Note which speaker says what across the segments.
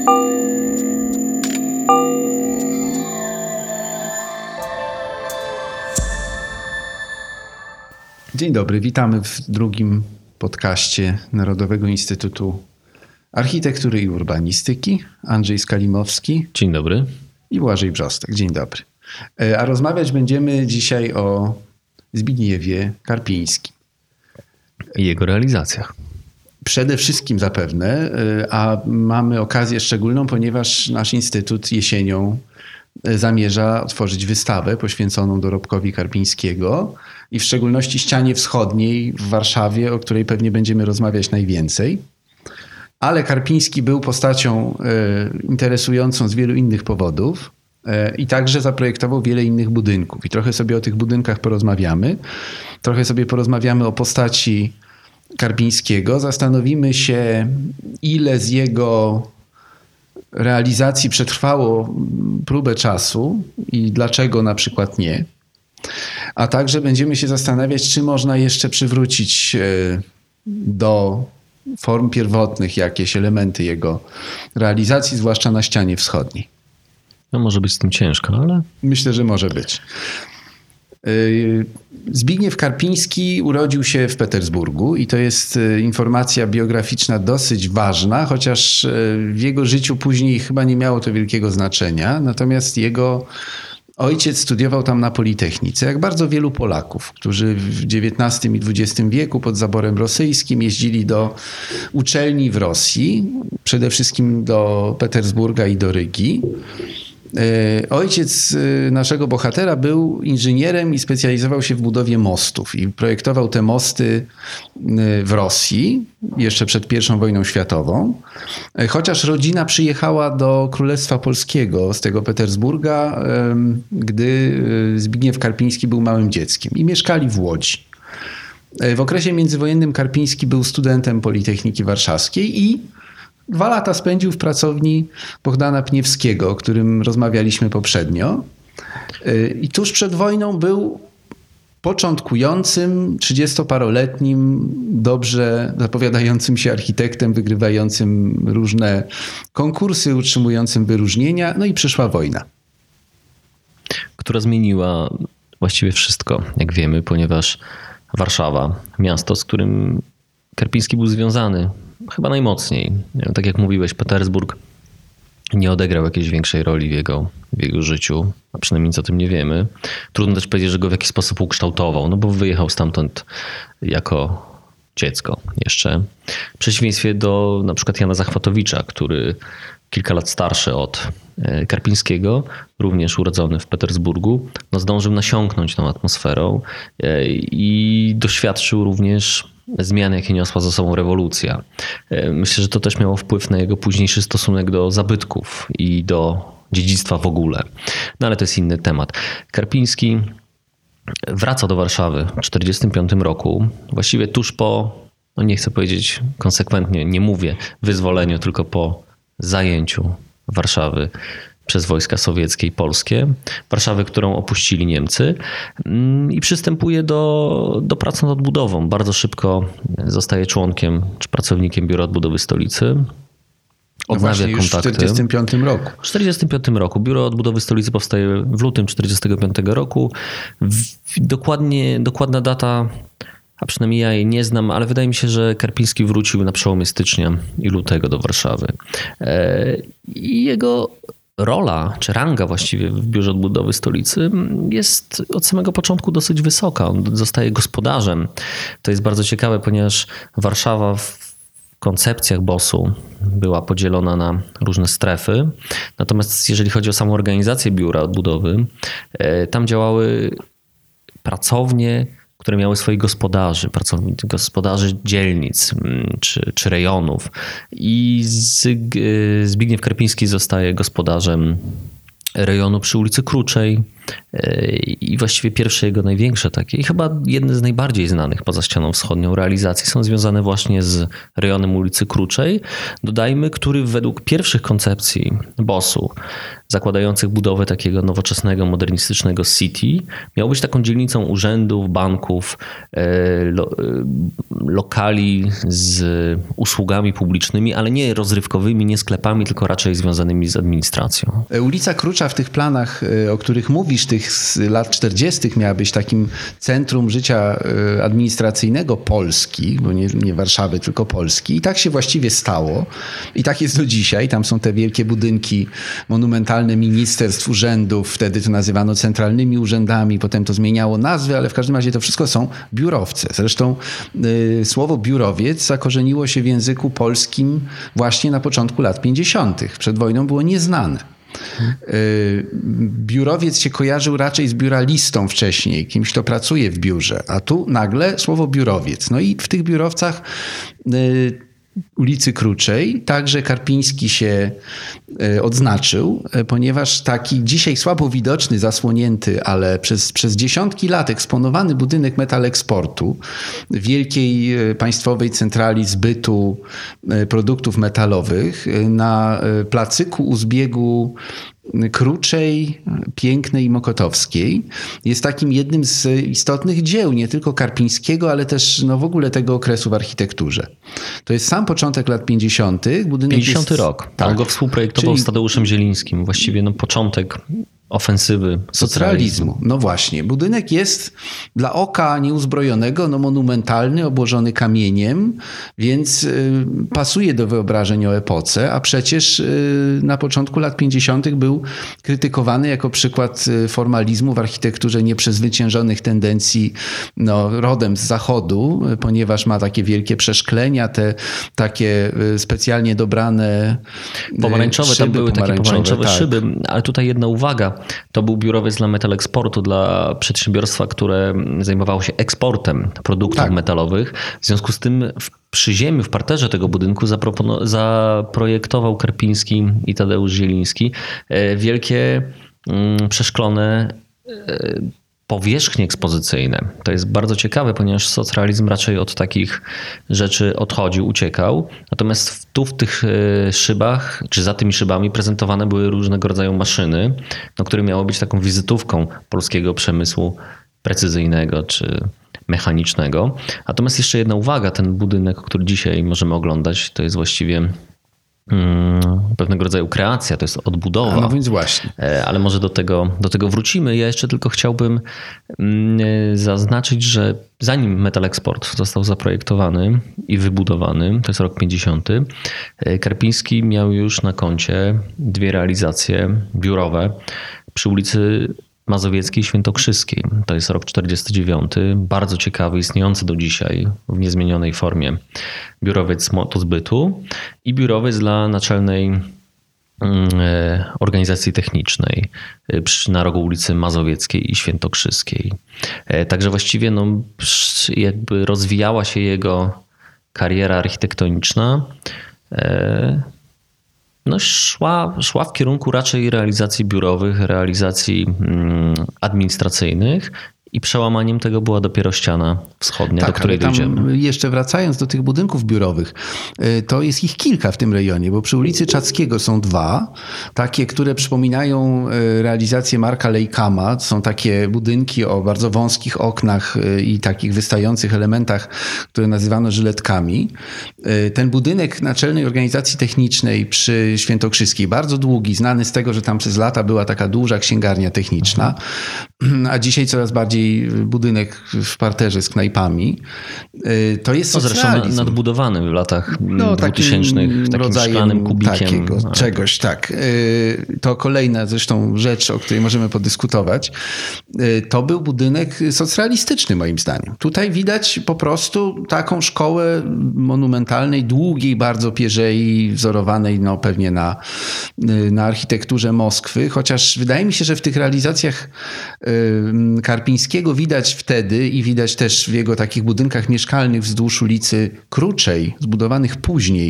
Speaker 1: Dzień dobry, witamy w drugim podcaście Narodowego Instytutu Architektury i Urbanistyki. Andrzej Skalimowski.
Speaker 2: Dzień dobry.
Speaker 1: I Błażej Brzostek. Dzień dobry. A rozmawiać będziemy dzisiaj o Zbigniewie Karpińskim.
Speaker 2: I jego realizacjach.
Speaker 1: Przede wszystkim zapewne, a mamy okazję szczególną, ponieważ nasz Instytut jesienią zamierza otworzyć wystawę poświęconą dorobkowi Karpińskiego i w szczególności ścianie wschodniej w Warszawie, o której pewnie będziemy rozmawiać najwięcej. Ale Karpiński był postacią interesującą z wielu innych powodów i także zaprojektował wiele innych budynków. I trochę sobie o tych budynkach porozmawiamy. Trochę sobie porozmawiamy o postaci Karpińskiego. Zastanowimy się, ile z jego realizacji przetrwało próbę czasu i dlaczego na przykład nie. A także będziemy się zastanawiać, czy można jeszcze przywrócić do form pierwotnych jakieś elementy jego realizacji, zwłaszcza na ścianie wschodniej.
Speaker 2: No może być z tym ciężko, ale...
Speaker 1: Myślę, że może być. Zbigniew Karpiński urodził się w Petersburgu i to jest informacja biograficzna dosyć ważna, chociaż w jego życiu później chyba nie miało to wielkiego znaczenia. Natomiast jego ojciec studiował tam na Politechnice, jak bardzo wielu Polaków, którzy w XIX i XX wieku pod zaborem rosyjskim jeździli do uczelni w Rosji, przede wszystkim do Petersburga i do Rygi. Ojciec naszego bohatera był inżynierem i specjalizował się w budowie mostów i projektował te mosty w Rosji jeszcze przed I wojną światową. Chociaż rodzina przyjechała do Królestwa Polskiego z tego Petersburga, gdy Zbigniew Karpiński był małym dzieckiem i mieszkali w Łodzi. W okresie międzywojennym Karpiński był studentem Politechniki Warszawskiej i 2 lata spędził w pracowni Bohdana Pniewskiego, o którym rozmawialiśmy poprzednio. I tuż przed wojną był początkującym, 30-paroletnim, dobrze zapowiadającym się architektem, wygrywającym różne konkursy, utrzymującym wyróżnienia. No i przyszła wojna.
Speaker 2: Która zmieniła właściwie wszystko, jak wiemy, ponieważ Warszawa, miasto, z którym Karpiński był związany chyba najmocniej. Tak jak mówiłeś, Petersburg nie odegrał jakiejś większej roli w jego życiu, a przynajmniej nic o tym nie wiemy. Trudno też powiedzieć, że go w jakiś sposób ukształtował, no bo wyjechał stamtąd jako dziecko jeszcze. W przeciwieństwie do na przykład Jana Zachwatowicza, który kilka lat starszy od Karpińskiego, również urodzony w Petersburgu, no zdążył nasiąknąć tą atmosferą i doświadczył również zmian, jakie niosła za sobą rewolucja. Myślę, że to też miało wpływ na jego późniejszy stosunek do zabytków i do dziedzictwa w ogóle. No ale to jest inny temat. Karpiński wraca do Warszawy w 1945 roku, właściwie tuż po, no nie chcę powiedzieć konsekwentnie, nie mówię wyzwoleniu, tylko po zajęciu Warszawy przez wojska sowieckie i polskie. Warszawy, którą opuścili Niemcy, i przystępuje do pracy nad odbudową. Bardzo szybko zostaje członkiem czy pracownikiem Biura Odbudowy Stolicy. Odnawia kontakty.
Speaker 1: W 1945 roku.
Speaker 2: W 1945 roku. Biuro Odbudowy Stolicy powstaje w lutym 1945 roku. Dokładna data, a przynajmniej ja jej nie znam, ale wydaje mi się, że Karpiński wrócił na przełomie stycznia i lutego do Warszawy. I jego rola, czy ranga właściwie w Biurze Odbudowy Stolicy jest od samego początku dosyć wysoka. On zostaje gospodarzem. To jest bardzo ciekawe, ponieważ Warszawa w koncepcjach BOS-u była podzielona na różne strefy. Natomiast jeżeli chodzi o samą organizację Biura Odbudowy, tam działały pracownie, które miały swoich gospodarzy dzielnic czy rejonów. I Zbigniew Karpiński zostaje gospodarzem rejonu przy ulicy Kruczej, i właściwie pierwsze jego największe takie i chyba jedne z najbardziej znanych poza ścianą wschodnią realizacji są związane właśnie z rejonem ulicy Kruczej. Dodajmy, który według pierwszych koncepcji BOS-u zakładających budowę takiego nowoczesnego, modernistycznego city miał być taką dzielnicą urzędów, banków, lokali z usługami publicznymi, ale nie rozrywkowymi, nie sklepami, tylko raczej związanymi z administracją.
Speaker 1: Ulica Krucza w tych planach, o których mówisz, tych z lat 40. miała być takim centrum życia administracyjnego Polski, bo nie Warszawy, tylko Polski. I tak się właściwie stało. I tak jest do dzisiaj. Tam są te wielkie budynki monumentalne ministerstw, urzędów. Wtedy to nazywano centralnymi urzędami. Potem to zmieniało nazwy, ale w każdym razie to wszystko są biurowce. Zresztą słowo biurowiec zakorzeniło się w języku polskim właśnie na początku lat 50. Przed wojną było nieznane. Biurowiec się kojarzył raczej z biuralistą wcześniej, kimś, kto pracuje w biurze, a tu nagle słowo biurowiec. No i w tych biurowcach ulicy Kruczej także Karpiński się odznaczył, ponieważ taki dzisiaj słabo widoczny, zasłonięty, ale przez dziesiątki lat eksponowany budynek Metaleksportu, wielkiej państwowej centrali zbytu produktów metalowych na placyku u zbiegu Kruczej, Pięknej i Mokotowskiej, jest takim jednym z istotnych dzieł nie tylko Karpińskiego, ale też w ogóle tego okresu w architekturze. To jest sam początek lat 50. Budynek
Speaker 2: 50 rok. Tak. On go współprojektował z Tadeuszem Zielińskim. Właściwie początek ofensywy socrealizmu.
Speaker 1: No właśnie. Budynek jest dla oka nieuzbrojonego, monumentalny, obłożony kamieniem, więc pasuje do wyobrażeń o epoce, a przecież na początku lat 50. był krytykowany jako przykład formalizmu w architekturze nieprzezwyciężonych tendencji rodem z zachodu, ponieważ ma takie wielkie przeszklenia, te takie specjalnie dobrane
Speaker 2: pomarańczowe,
Speaker 1: szyby,
Speaker 2: tam były takie pomarańczowe
Speaker 1: tak.
Speaker 2: szyby, ale tutaj jedna uwaga. To był biurowiec dla Metaleksportu, dla przedsiębiorstwa, które zajmowało się eksportem produktów metalowych. W związku z tym przy ziemi, w parterze tego budynku zaprojektował Karpiński i Tadeusz Zieliński wielkie przeszklone powierzchnie ekspozycyjne. To jest bardzo ciekawe, ponieważ socrealizm raczej od takich rzeczy odchodził, uciekał. Natomiast w tych szybach, czy za tymi szybami prezentowane były różnego rodzaju maszyny, które miały być taką wizytówką polskiego przemysłu precyzyjnego czy mechanicznego. Natomiast jeszcze jedna uwaga, ten budynek, który dzisiaj możemy oglądać, to jest właściwie pewnego rodzaju kreacja, to jest odbudowa.
Speaker 1: No więc właśnie.
Speaker 2: Ale może do tego wrócimy. Ja jeszcze tylko chciałbym zaznaczyć, że zanim Metaleksport został zaprojektowany i wybudowany, to jest rok 50, Karpiński miał już na koncie 2 realizacje biurowe przy ulicy Mazowieckiej i Świętokrzyskiej. To jest rok 49, bardzo ciekawy, istniejący do dzisiaj w niezmienionej formie biurowiec motozbytu i biurowiec dla Naczelnej Organizacji Technicznej na rogu ulicy Mazowieckiej i Świętokrzyskiej. Także właściwie jakby rozwijała się jego kariera architektoniczna. Szła w kierunku raczej realizacji biurowych, realizacji administracyjnych i przełamaniem tego była dopiero ściana wschodnia, do której dojdziemy.
Speaker 1: Jeszcze wracając do tych budynków biurowych, to jest ich kilka w tym rejonie, bo przy ulicy Czackiego są 2, takie, które przypominają realizację Marka Lejkama. Są takie budynki o bardzo wąskich oknach i takich wystających elementach, które nazywano żyletkami. Ten budynek Naczelnej Organizacji Technicznej przy Świętokrzyskiej, bardzo długi, znany z tego, że tam przez lata była taka duża księgarnia techniczna, a dzisiaj coraz bardziej budynek w parterze z knajpami. To jest socrealizm.
Speaker 2: Zresztą nadbudowany w latach 2000 takim szklanym kubikiem.
Speaker 1: Czegoś, tak. To kolejna zresztą rzecz, o której możemy podyskutować. To był budynek socrealistyczny moim zdaniem. Tutaj widać po prostu taką szkołę monumentalnej, długiej bardzo pierzei, wzorowanej pewnie na architekturze Moskwy, chociaż wydaje mi się, że w tych realizacjach Karpińskiego widać wtedy i widać też w jego takich budynkach mieszkalnych wzdłuż ulicy Kruczej, zbudowanych później,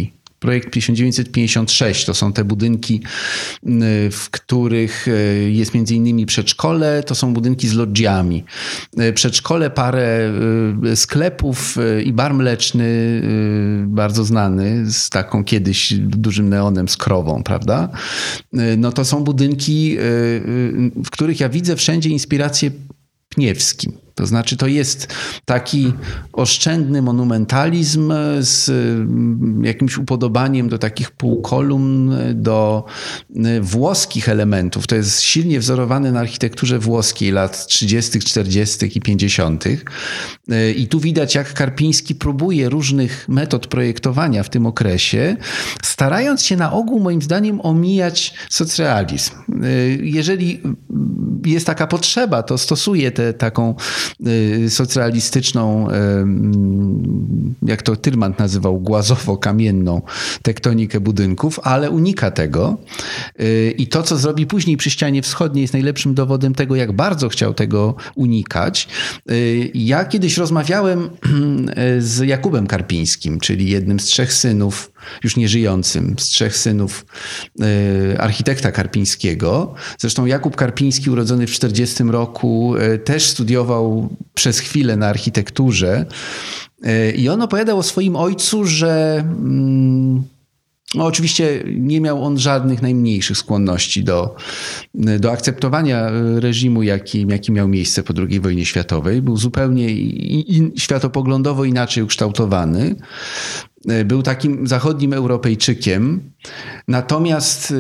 Speaker 1: projekt 1956. To są te budynki, w których jest między innymi przedszkole, to są budynki z lodżiami. Przedszkole, parę sklepów i bar mleczny, bardzo znany, z taką kiedyś dużym neonem z krową, prawda? No to są budynki, w których ja widzę wszędzie inspirację Pniewskim. To znaczy to jest taki oszczędny monumentalizm z jakimś upodobaniem do takich półkolumn, do włoskich elementów. To jest silnie wzorowane na architekturze włoskiej lat 30., 40. i 50. I tu widać, jak Karpiński próbuje różnych metod projektowania w tym okresie, starając się na ogół, moim zdaniem, omijać socrealizm. Jeżeli jest taka potrzeba, to stosuje taką socrealistyczną, jak to Tyrmand nazywał, głazowo-kamienną tektonikę budynków, ale unika tego. I to, co zrobi później przy ścianie wschodniej, jest najlepszym dowodem tego, jak bardzo chciał tego unikać. Ja kiedyś rozmawiałem z Jakubem Karpińskim, czyli jednym z 3 synów, już nieżyjącym, z 3 synów architekta Karpińskiego. Zresztą Jakub Karpiński, urodzony w 1940 roku, też studiował przez chwilę na architekturze i on opowiadał o swoim ojcu, że no oczywiście nie miał on żadnych najmniejszych skłonności do akceptowania reżimu, jaki miał miejsce po II wojnie światowej. Był zupełnie światopoglądowo inaczej ukształtowany. Był takim zachodnim Europejczykiem, natomiast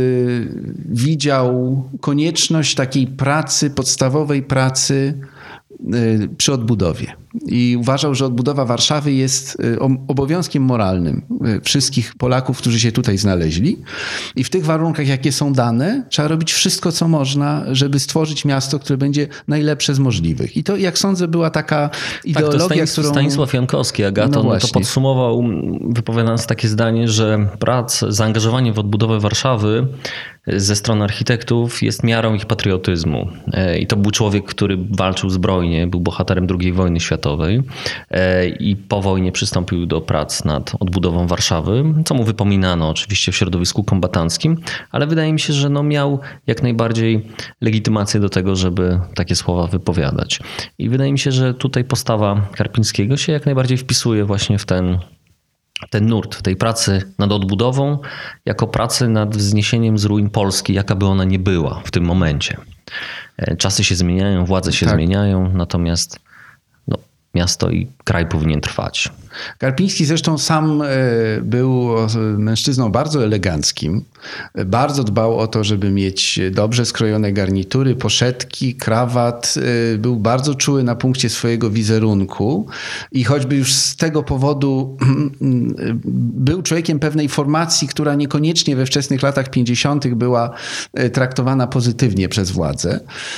Speaker 1: widział konieczność takiej pracy, podstawowej pracy przy odbudowie. I uważał, że odbudowa Warszawy jest obowiązkiem moralnym wszystkich Polaków, którzy się tutaj znaleźli. I w tych warunkach, jakie są dane, trzeba robić wszystko, co można, żeby stworzyć miasto, które będzie najlepsze z możliwych. I to, jak sądzę, była taka ideologia, którą...
Speaker 2: Stanisław Jankowski, Agaton, to podsumował, wypowiadając takie zdanie, że zaangażowanie w odbudowę Warszawy ze strony architektów jest miarą ich patriotyzmu. I to był człowiek, który walczył zbrojnie, był bohaterem II wojny światowej i po wojnie przystąpił do prac nad odbudową Warszawy, co mu wypominano oczywiście w środowisku kombatanckim, ale wydaje mi się, że miał jak najbardziej legitymację do tego, żeby takie słowa wypowiadać. I wydaje mi się, że tutaj postawa Karpińskiego się jak najbardziej wpisuje właśnie w ten nurt tej pracy nad odbudową, jako pracy nad wzniesieniem z ruin Polski, jaka by ona nie była w tym momencie. Czasy się zmieniają, władze się zmieniają, natomiast miasto i kraj powinien trwać.
Speaker 1: Karpiński zresztą sam był mężczyzną bardzo eleganckim. Bardzo dbał o to, żeby mieć dobrze skrojone garnitury, poszetki, krawat. Był bardzo czuły na punkcie swojego wizerunku i choćby już z tego powodu był człowiekiem pewnej formacji, która niekoniecznie we wczesnych latach 50. była traktowana pozytywnie przez władzę.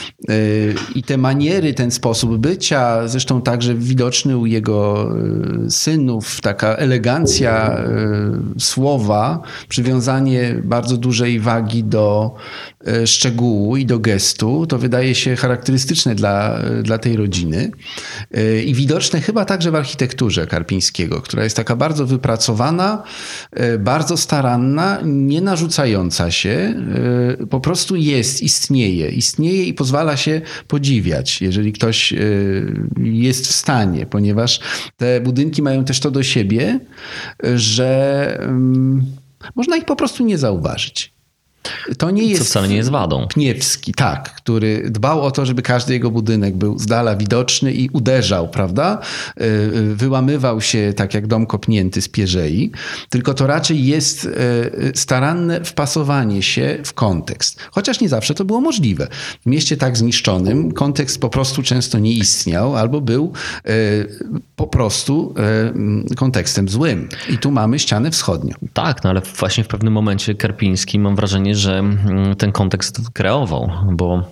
Speaker 1: I te maniery, ten sposób bycia, zresztą także widoczny u jego synów, taka elegancja słowa, przywiązanie bardzo dużej wagi do szczegółu i do gestu, to wydaje się charakterystyczne dla tej rodziny i widoczne chyba także w architekturze Karpińskiego, która jest taka bardzo wypracowana, bardzo staranna, nie narzucająca się, po prostu istnieje i pozwala się podziwiać, jeżeli ktoś jest w stanie, ponieważ te budynki mają też to do siebie, że można ich po prostu nie zauważyć. To nie jest...
Speaker 2: Co wcale nie jest wadą.
Speaker 1: Pniewski, tak, który dbał o to, żeby każdy jego budynek był z dala widoczny i uderzał, prawda? Wyłamywał się tak jak dom kopnięty z pierzei, tylko to raczej jest staranne wpasowanie się w kontekst. Chociaż nie zawsze to było możliwe. W mieście tak zniszczonym kontekst po prostu często nie istniał albo był po prostu kontekstem złym. I tu mamy ścianę wschodnią.
Speaker 2: Tak, ale właśnie w pewnym momencie Karpiński, mam wrażenie, że ten kontekst kreował, bo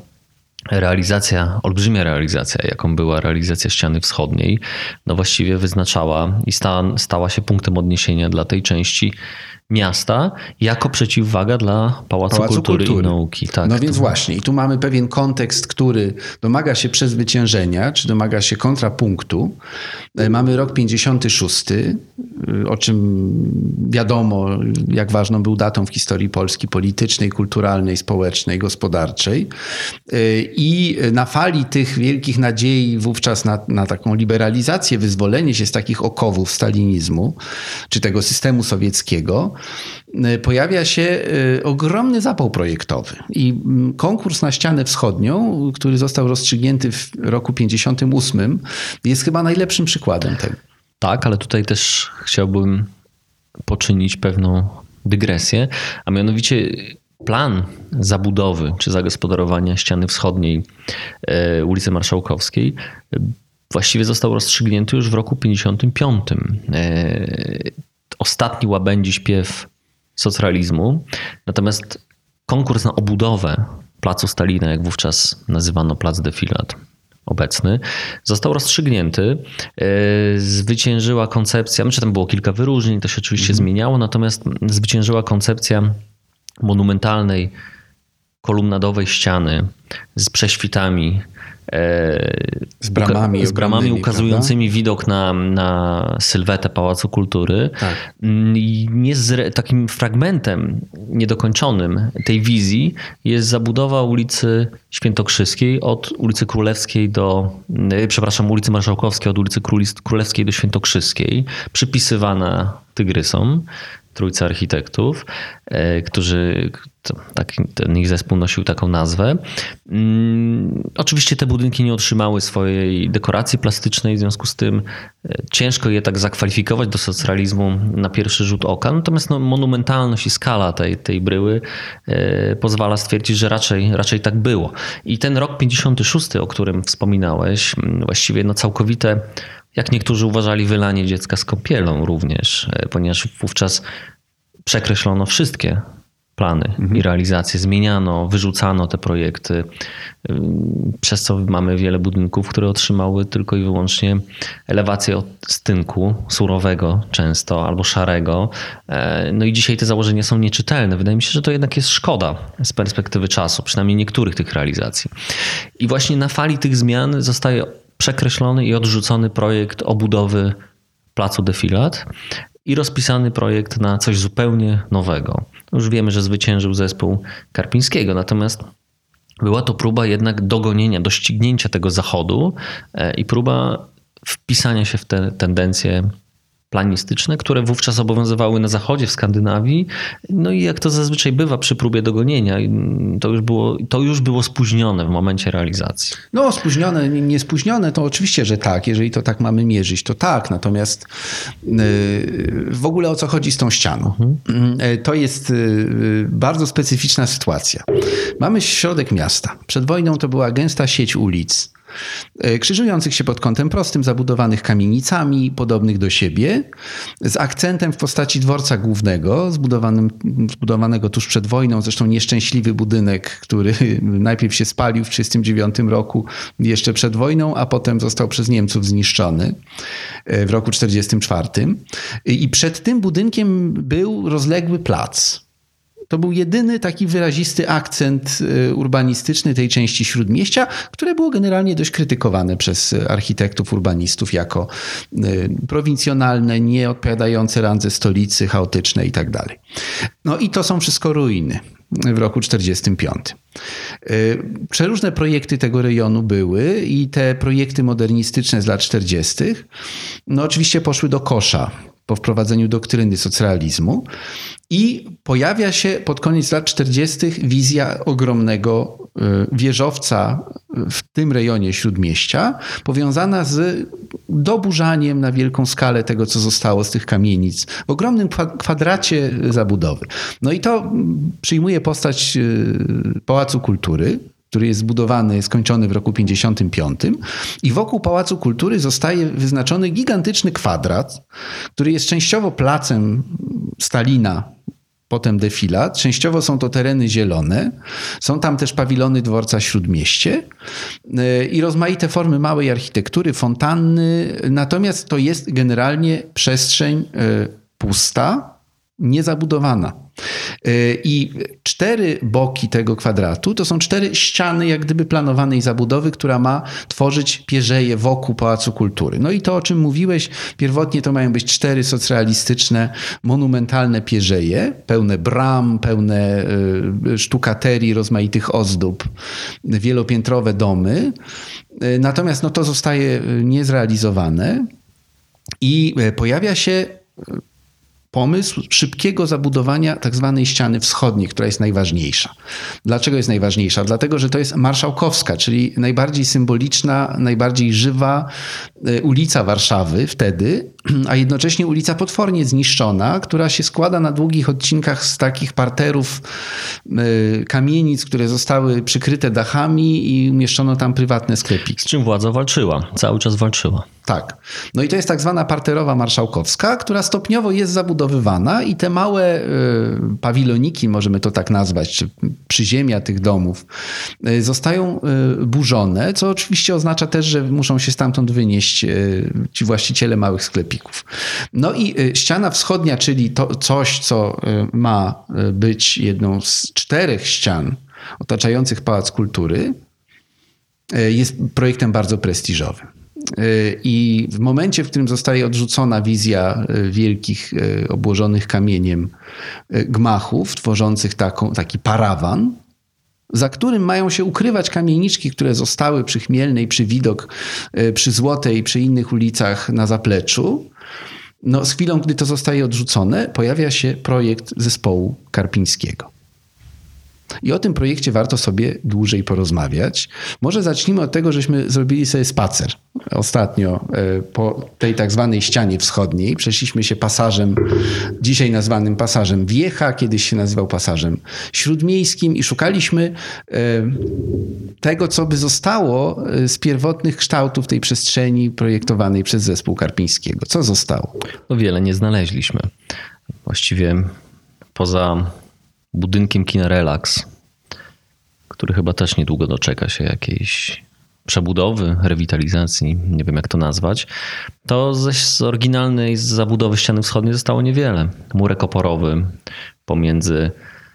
Speaker 2: olbrzymia realizacja, jaką była realizacja ściany wschodniej, właściwie wyznaczała i stała się punktem odniesienia dla tej części miasta jako przeciwwaga dla Pałacu Kultury i Nauki. Tak,
Speaker 1: no więc właśnie. I tu mamy pewien kontekst, który domaga się przezwyciężenia, czy domaga się kontrapunktu. Mamy rok 56, o czym wiadomo, jak ważną był datą w historii Polski politycznej, kulturalnej, społecznej, gospodarczej. I na fali tych wielkich nadziei wówczas na taką liberalizację, wyzwolenie się z takich okowów stalinizmu, czy tego systemu sowieckiego, pojawia się ogromny zapał projektowy. I konkurs na ścianę wschodnią, który został rozstrzygnięty w roku 58, jest chyba najlepszym przykładem tego.
Speaker 2: Tak, ale tutaj też chciałbym poczynić pewną dygresję, a mianowicie plan zabudowy czy zagospodarowania ściany wschodniej ulicy Marszałkowskiej właściwie został rozstrzygnięty już w roku 55. Ostatni łabędzi śpiew socrealizmu. Natomiast konkurs na obudowę placu Stalina, jak wówczas nazywano plac Defilat obecny, został rozstrzygnięty. Zwyciężyła koncepcja, znaczy tam było kilka wyróżnień, to się oczywiście zmieniało, natomiast zwyciężyła koncepcja monumentalnej, kolumnadowej ściany z prześwitami,
Speaker 1: z bramami
Speaker 2: ukazującymi widok na sylwetę Pałacu Kultury. Tak. I takim fragmentem niedokończonym tej wizji jest zabudowa ulicy Świętokrzyskiej od ulicy Królewskiej ulicy Marszałkowskiej od ulicy Królewskiej do Świętokrzyskiej, przypisywana Tygrysom, trójce architektów, ten ich zespół nosił taką nazwę. Oczywiście te budynki nie otrzymały swojej dekoracji plastycznej, w związku z tym ciężko je tak zakwalifikować do socrealizmu na pierwszy rzut oka. Natomiast monumentalność i skala tej bryły pozwala stwierdzić, że raczej tak było. I ten rok 56, o którym wspominałeś, właściwie całkowite, jak niektórzy uważali, wylanie dziecka z kąpielą również, ponieważ wówczas przekreślono wszystkie plany i realizacje, zmieniano, wyrzucano te projekty, przez co mamy wiele budynków, które otrzymały tylko i wyłącznie elewację od stynku, surowego często, albo szarego. No i dzisiaj te założenia są nieczytelne. Wydaje mi się, że to jednak jest szkoda z perspektywy czasu, przynajmniej niektórych tych realizacji. I właśnie na fali tych zmian zostaje przekreślony i odrzucony projekt obudowy placu Defilat i rozpisany projekt na coś zupełnie nowego. Już wiemy, że zwyciężył zespół Karpińskiego, natomiast była to próba jednak dogonienia, doścignięcia tego zachodu i próba wpisania się w te tendencje planistyczne, które wówczas obowiązywały na zachodzie, w Skandynawii. No i jak to zazwyczaj bywa przy próbie dogonienia, to już było spóźnione w momencie realizacji.
Speaker 1: No spóźnione, nie spóźnione, to oczywiście, że tak. Jeżeli to tak mamy mierzyć, to tak. Natomiast w ogóle o co chodzi z tą ścianą? To jest bardzo specyficzna sytuacja. Mamy środek miasta. Przed wojną to była gęsta sieć ulic, krzyżujących się pod kątem prostym, zabudowanych kamienicami, podobnych do siebie, z akcentem w postaci dworca głównego, zbudowanego tuż przed wojną, zresztą nieszczęśliwy budynek, który najpierw się spalił w 1939 roku, jeszcze przed wojną, a potem został przez Niemców zniszczony w roku 1944. I przed tym budynkiem był rozległy plac. To był jedyny taki wyrazisty akcent urbanistyczny tej części Śródmieścia, które było generalnie dość krytykowane przez architektów, urbanistów jako prowincjonalne, nie odpowiadające randze stolicy, chaotyczne i tak dalej. No i to są wszystko ruiny w roku 1945. Przeróżne projekty tego rejonu były i te projekty modernistyczne z lat 40. no oczywiście poszły do kosza po wprowadzeniu doktryny socrealizmu i pojawia się pod koniec lat 40. wizja ogromnego wieżowca w tym rejonie Śródmieścia, powiązana z doburzaniem na wielką skalę tego, co zostało z tych kamienic w ogromnym kwadracie zabudowy. No i to przyjmuje postać Pałacu Kultury, który jest zbudowany, skończony w roku 55 i wokół Pałacu Kultury zostaje wyznaczony gigantyczny kwadrat, który jest częściowo placem Stalina, potem Defilat. Częściowo są to tereny zielone. Są tam też pawilony dworca Śródmieście i rozmaite formy małej architektury, fontanny. Natomiast to jest generalnie przestrzeń pusta, niezabudowana. I 4 boki tego kwadratu to są 4 ściany jak gdyby planowanej zabudowy, która ma tworzyć pierzeję wokół Pałacu Kultury. No i to, o czym mówiłeś, pierwotnie to mają być 4 socrealistyczne, monumentalne pierzeje, pełne bram, pełne sztukaterii, rozmaitych ozdób, wielopiętrowe domy. Natomiast to zostaje niezrealizowane i pojawia się pomysł szybkiego zabudowania tak zwanej ściany wschodniej, która jest najważniejsza. Dlaczego jest najważniejsza? Dlatego, że to jest Marszałkowska, czyli najbardziej symboliczna, najbardziej żywa ulica Warszawy wtedy, a jednocześnie ulica potwornie zniszczona, która się składa na długich odcinkach z takich parterów kamienic, które zostały przykryte dachami i umieszczono tam prywatne sklepiki.
Speaker 2: Z czym władza walczyła, cały czas walczyła.
Speaker 1: Tak. No i to jest tak zwana parterowa Marszałkowska, która stopniowo jest zabudowywana i te małe pawiloniki, możemy to tak nazwać, czy przyziemia tych domów, zostają burzone, co oczywiście oznacza też, że muszą się stamtąd wynieść ci właściciele małych sklepików. No i ściana wschodnia, czyli to coś, co ma być jedną z 4 ścian otaczających Pałac Kultury, jest projektem bardzo prestiżowym. I w momencie, w którym zostaje odrzucona wizja wielkich, obłożonych kamieniem gmachów, tworzących taki parawan, za którym mają się ukrywać kamieniczki, które zostały przy Chmielnej, przy Widok, przy Złotej, przy innych ulicach na zapleczu, z chwilą, gdy to zostaje odrzucone, pojawia się projekt zespołu Karpińskiego. I o tym projekcie warto sobie dłużej porozmawiać. Może zacznijmy od tego, żeśmy zrobili sobie spacer ostatnio po tej tak zwanej ścianie wschodniej. Przeszliśmy się pasażem, dzisiaj nazwanym pasażem Wiecha, kiedyś się nazywał pasażem śródmiejskim i szukaliśmy tego, co by zostało z pierwotnych kształtów tej przestrzeni projektowanej przez zespół Karpińskiego. Co zostało?
Speaker 2: Wiele nie znaleźliśmy. Właściwie poza budynkiem kina Relax, który chyba też niedługo doczeka się jakiejś przebudowy, rewitalizacji, nie wiem jak to nazwać, to z oryginalnej zabudowy ściany wschodniej zostało niewiele. Murek oporowy pomiędzy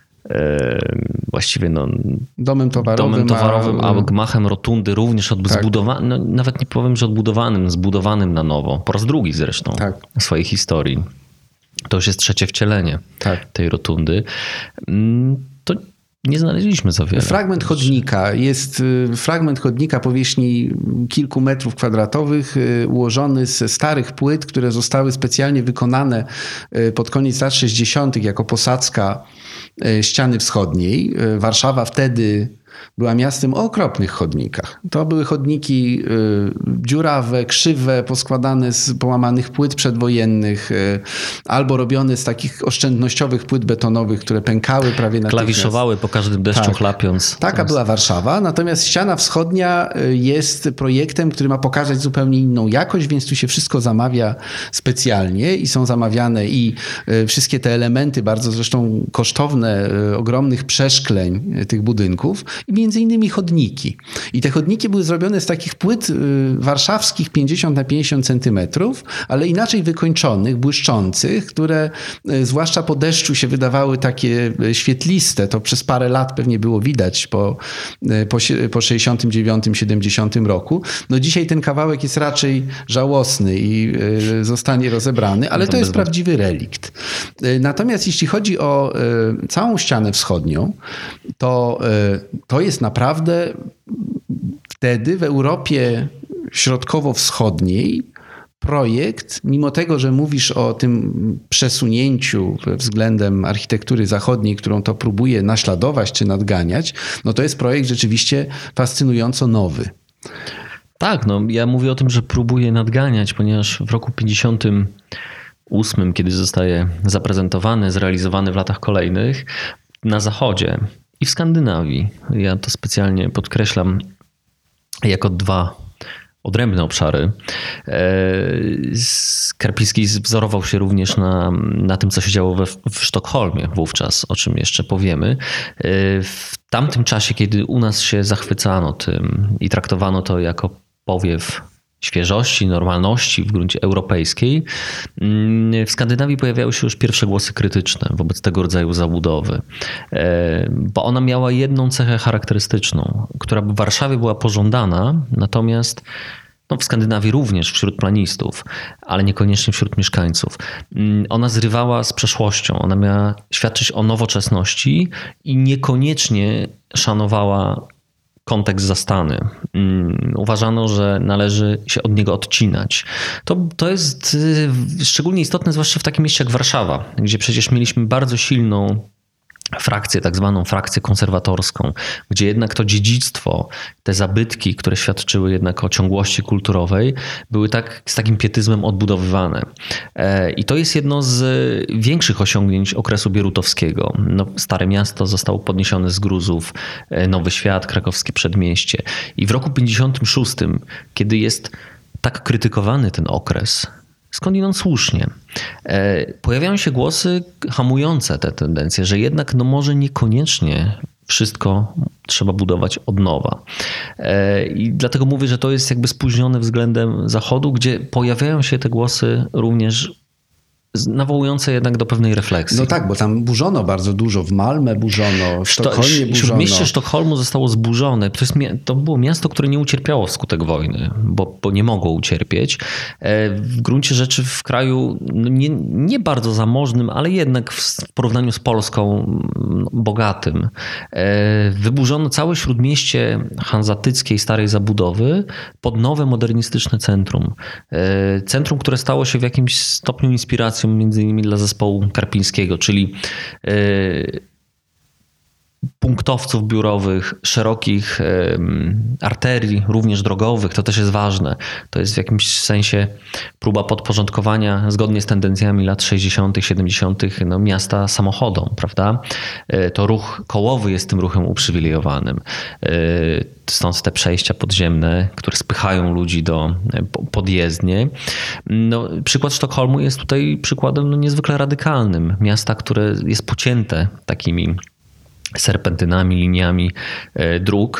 Speaker 2: właściwie
Speaker 1: domem towarowym
Speaker 2: a gmachem rotundy, również zbudowanym, nawet nie powiem, że zbudowanym na nowo, po raz drugi zresztą w swojej historii. To już jest 3. wcielenie tej rotundy. To nie znaleźliśmy za wiele.
Speaker 1: Fragment chodnika powierzchni kilku metrów kwadratowych, ułożony ze starych płyt, które zostały specjalnie wykonane pod koniec lat 60. jako posadzka ściany wschodniej. Warszawa wtedy była miastem o okropnych chodnikach. To były chodniki dziurawe, krzywe, poskładane z połamanych płyt przedwojennych, albo robione z takich oszczędnościowych płyt betonowych, które pękały prawie natychmiast.
Speaker 2: Klawiszowały po każdym deszczu chlapiąc.
Speaker 1: Taka była Warszawa. Natomiast ściana wschodnia jest projektem, który ma pokazać zupełnie inną jakość, więc tu się wszystko zamawia specjalnie i są zamawiane i wszystkie te elementy, bardzo zresztą kosztowne, ogromnych przeszkleń tych budynków, i między innymi chodniki. I te chodniki były zrobione z takich płyt warszawskich 50 na 50 centymetrów, ale inaczej wykończonych, błyszczących, które zwłaszcza po deszczu się wydawały takie świetliste. To przez parę lat pewnie było widać po 69-70 roku. Dzisiaj ten kawałek jest raczej żałosny i zostanie rozebrany, ale to jest prawdziwy relikt. Natomiast jeśli chodzi o całą ścianę wschodnią, to jest naprawdę wtedy w Europie środkowo-wschodniej projekt, mimo tego, że mówisz o tym przesunięciu względem architektury zachodniej, którą to próbuje naśladować czy nadganiać, to jest projekt rzeczywiście fascynująco nowy.
Speaker 2: Tak, ja mówię o tym, że próbuje nadganiać, ponieważ w roku 58, kiedy zostaje zaprezentowany, zrealizowany w latach kolejnych, na zachodzie i w Skandynawii, ja to specjalnie podkreślam jako 2 odrębne obszary, Karpiński wzorował się również na tym, co się działo w Sztokholmie wówczas, o czym jeszcze powiemy. W tamtym czasie, kiedy u nas się zachwycano tym i traktowano to jako powiew świeżości, normalności w gruncie europejskiej, w Skandynawii pojawiały się już pierwsze głosy krytyczne wobec tego rodzaju zabudowy, bo ona miała jedną cechę charakterystyczną, która w Warszawie była pożądana, natomiast w Skandynawii również wśród planistów, ale niekoniecznie wśród mieszkańców. Ona zrywała z przeszłością, ona miała świadczyć o nowoczesności i niekoniecznie szanowała kontekst zastany. Uważano, że należy się od niego odcinać. To jest szczególnie istotne, zwłaszcza w takim mieście jak Warszawa, gdzie przecież mieliśmy bardzo silną frakcję, tak zwaną frakcję konserwatorską, gdzie jednak to dziedzictwo, te zabytki, które świadczyły jednak o ciągłości kulturowej, były z takim pietyzmem odbudowywane. I to jest jedno z większych osiągnięć okresu bierutowskiego. Stare Miasto zostało podniesione z gruzów, Nowy Świat, krakowskie przedmieście. I w roku 56, kiedy jest tak krytykowany ten okres, skądinąd słusznie, pojawiają się głosy hamujące te tendencje, że jednak może niekoniecznie wszystko trzeba budować od nowa. I dlatego mówię, że to jest jakby spóźnione względem Zachodu, gdzie pojawiają się te głosy również nawołujące jednak do pewnej refleksji.
Speaker 1: No tak, bo tam burzono bardzo dużo. W Malmę burzono, w Sztokholmie burzono.
Speaker 2: Śródmieście Sztokholmu zostało zburzone. To było miasto, które nie ucierpiało wskutek wojny, bo nie mogło ucierpieć. W gruncie rzeczy w kraju nie bardzo zamożnym, ale jednak w porównaniu z Polską bogatym. Wyburzono całe śródmieście hanzatyckiej starej zabudowy pod nowe modernistyczne centrum. Centrum, które stało się w jakimś stopniu inspiracją między innymi dla zespołu Karpińskiego, czyli punktowców biurowych, szerokich arterii, również drogowych. To też jest ważne. To jest w jakimś sensie próba podporządkowania zgodnie z tendencjami lat 60., 70. Miasta samochodom, prawda? To ruch kołowy jest tym ruchem uprzywilejowanym. Stąd te przejścia podziemne, które spychają ludzi do podjezdnie. Przykład Sztokholmu jest tutaj przykładem niezwykle radykalnym. Miasta, które jest pocięte takimi serpentynami, liniami dróg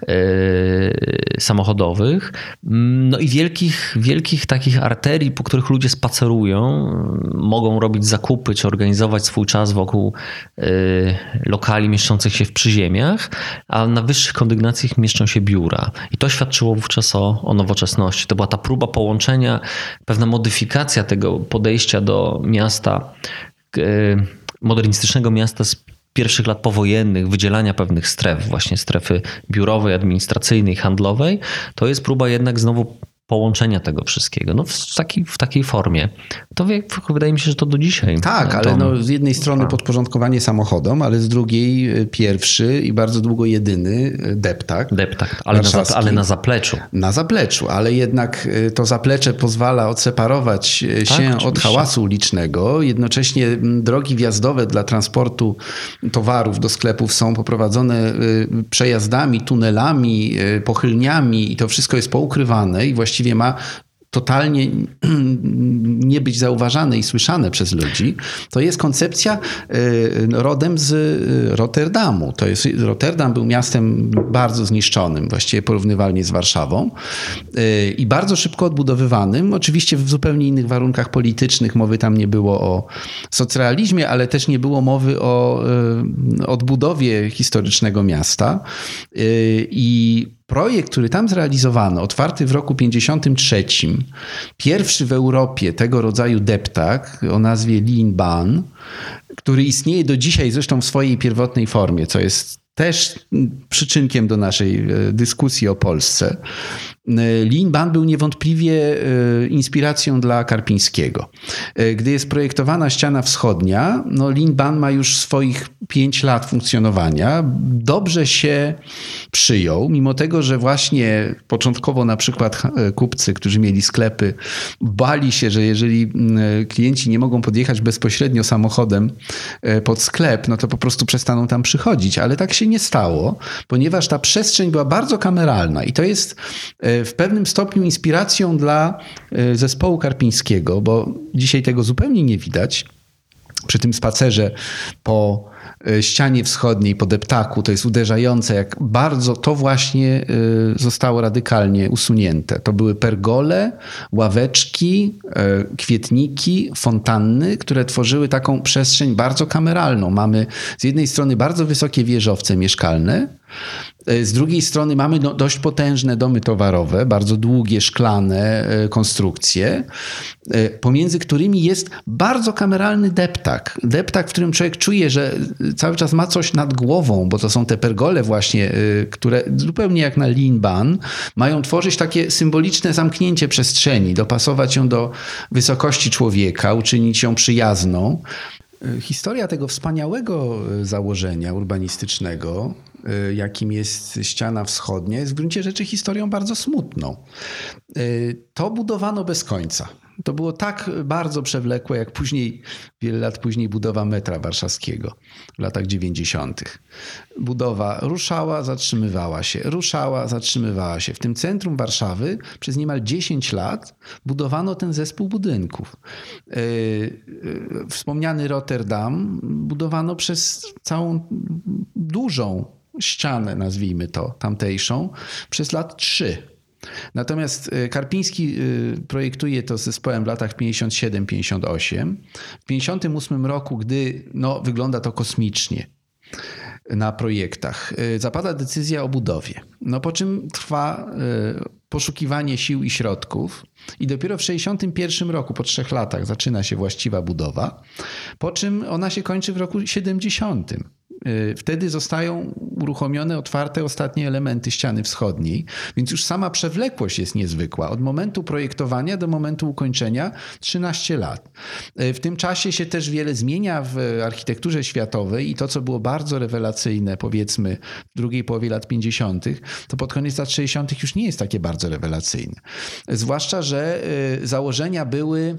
Speaker 2: samochodowych. I wielkich takich arterii, po których ludzie spacerują, mogą robić zakupy, czy organizować swój czas wokół lokali mieszczących się w przyziemiach, a na wyższych kondygnacjach mieszczą się biura. I to świadczyło wówczas o nowoczesności. To była ta próba połączenia, pewna modyfikacja tego podejścia do miasta, modernistycznego miasta z pierwszych lat powojennych, wydzielania pewnych stref, właśnie strefy biurowej, administracyjnej, handlowej, to jest próba jednak znowu połączenia tego wszystkiego w takiej formie. To wydaje mi się, że to do dzisiaj.
Speaker 1: Tak, ale z jednej strony podporządkowanie samochodom, ale z drugiej pierwszy i bardzo długo jedyny deptak.
Speaker 2: Ale na zapleczu.
Speaker 1: Na zapleczu, ale jednak to zaplecze pozwala odseparować się od hałasu ulicznego. Jednocześnie drogi wjazdowe dla transportu towarów do sklepów są poprowadzone przejazdami, tunelami, pochylniami i to wszystko jest poukrywane i właściwie ma totalnie nie być zauważane i słyszane przez ludzi. To jest koncepcja rodem z Rotterdamu. Rotterdam był miastem bardzo zniszczonym, właściwie porównywalnie z Warszawą i bardzo szybko odbudowywanym. Oczywiście w zupełnie innych warunkach politycznych. Mowy tam nie było o socrealizmie, ale też nie było mowy o odbudowie historycznego miasta. I projekt, który tam zrealizowano, otwarty w roku 1953, pierwszy w Europie tego rodzaju deptak o nazwie Lijnbaan, który istnieje do dzisiaj zresztą w swojej pierwotnej formie, co jest też przyczynkiem do naszej dyskusji o Polsce. Lijnbaan był niewątpliwie inspiracją dla Karpińskiego. Gdy jest projektowana ściana wschodnia, Lijnbaan ma już swoich 5 lat funkcjonowania. Dobrze się przyjął, mimo tego, że właśnie początkowo na przykład kupcy, którzy mieli sklepy, bali się, że jeżeli klienci nie mogą podjechać bezpośrednio samochodem pod sklep, to po prostu przestaną tam przychodzić. Ale tak się nie stało, ponieważ ta przestrzeń była bardzo kameralna i to jest w pewnym stopniu inspiracją dla zespołu Karpińskiego, bo dzisiaj tego zupełnie nie widać przy tym spacerze po ścianie wschodniej po deptaku. To jest uderzające, jak bardzo to właśnie zostało radykalnie usunięte. To były pergole, ławeczki, kwietniki, fontanny, które tworzyły taką przestrzeń bardzo kameralną. Mamy z jednej strony bardzo wysokie wieżowce mieszkalne, z drugiej strony mamy dość potężne domy towarowe, bardzo długie, szklane konstrukcje, pomiędzy którymi jest bardzo kameralny deptak. Deptak, w którym człowiek czuje, że cały czas ma coś nad głową, bo to są te pergole właśnie, które zupełnie jak na Linban mają tworzyć takie symboliczne zamknięcie przestrzeni, dopasować ją do wysokości człowieka, uczynić ją przyjazną. Historia tego wspaniałego założenia urbanistycznego, jakim jest ściana wschodnia, jest w gruncie rzeczy historią bardzo smutną. To budowano bez końca. To było tak bardzo przewlekłe, jak później, wiele lat później budowa metra warszawskiego w latach 90. Budowa ruszała, zatrzymywała się, ruszała, zatrzymywała się. W tym centrum Warszawy przez niemal 10 lat budowano ten zespół budynków. Wspomniany Rotterdam budowano przez całą dużą ścianę, nazwijmy to, tamtejszą, przez lat 3. Natomiast Karpiński projektuje to z zespołem w latach 57-58. W 58 roku, gdy wygląda to kosmicznie na projektach, zapada decyzja o budowie. Po czym trwa poszukiwanie sił i środków i dopiero w 61 roku, po 3 latach, zaczyna się właściwa budowa, po czym ona się kończy w roku 70. Wtedy zostają uruchomione, otwarte ostatnie elementy ściany wschodniej, więc już sama przewlekłość jest niezwykła. Od momentu projektowania do momentu ukończenia 13 lat. W tym czasie się też wiele zmienia w architekturze światowej i to, co było bardzo rewelacyjne, powiedzmy w drugiej połowie lat 50., to pod koniec lat 60. już nie jest takie bardzo rewelacyjne. Zwłaszcza, że założenia były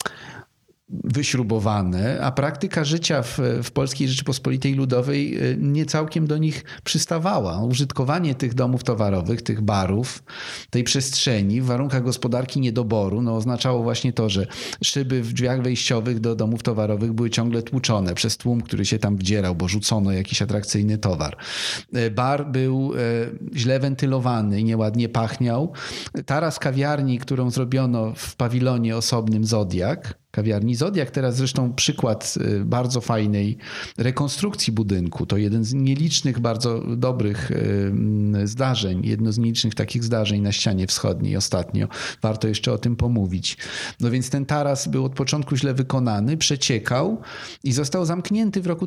Speaker 1: wyśrubowane, a praktyka życia w Polskiej Rzeczypospolitej Ludowej nie całkiem do nich przystawała. Użytkowanie tych domów towarowych, tych barów, tej przestrzeni w warunkach gospodarki niedoboru oznaczało właśnie to, że szyby w drzwiach wejściowych do domów towarowych były ciągle tłuczone przez tłum, który się tam wdzierał, bo rzucono jakiś atrakcyjny towar. Bar był źle wentylowany, nieładnie pachniał. Taras kawiarni, którą zrobiono w pawilonie osobnym Zodiak, kawiarni Zodiak, teraz zresztą przykład bardzo fajnej rekonstrukcji budynku. To jeden z nielicznych, bardzo dobrych zdarzeń, jedno z nielicznych takich zdarzeń na ścianie wschodniej ostatnio. Warto jeszcze o tym pomówić. Więc ten taras był od początku źle wykonany, przeciekał i został zamknięty w roku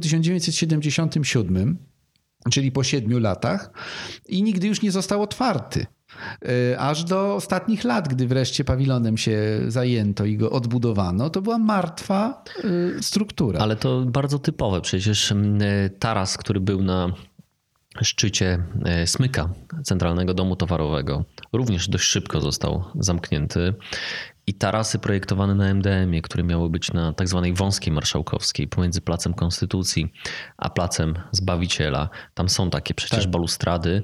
Speaker 1: 1977, czyli po 7 latach i nigdy już nie został otwarty. Aż do ostatnich lat, gdy wreszcie pawilonem się zajęto i go odbudowano, to była martwa struktura.
Speaker 2: Ale to bardzo typowe. Przecież taras, który był na szczycie smyka Centralnego Domu Towarowego, również dość szybko został zamknięty. I tarasy projektowane na MDM-ie, które miały być na tak zwanej wąskiej marszałkowskiej pomiędzy Placem Konstytucji a Placem Zbawiciela. Tam są takie przecież balustrady.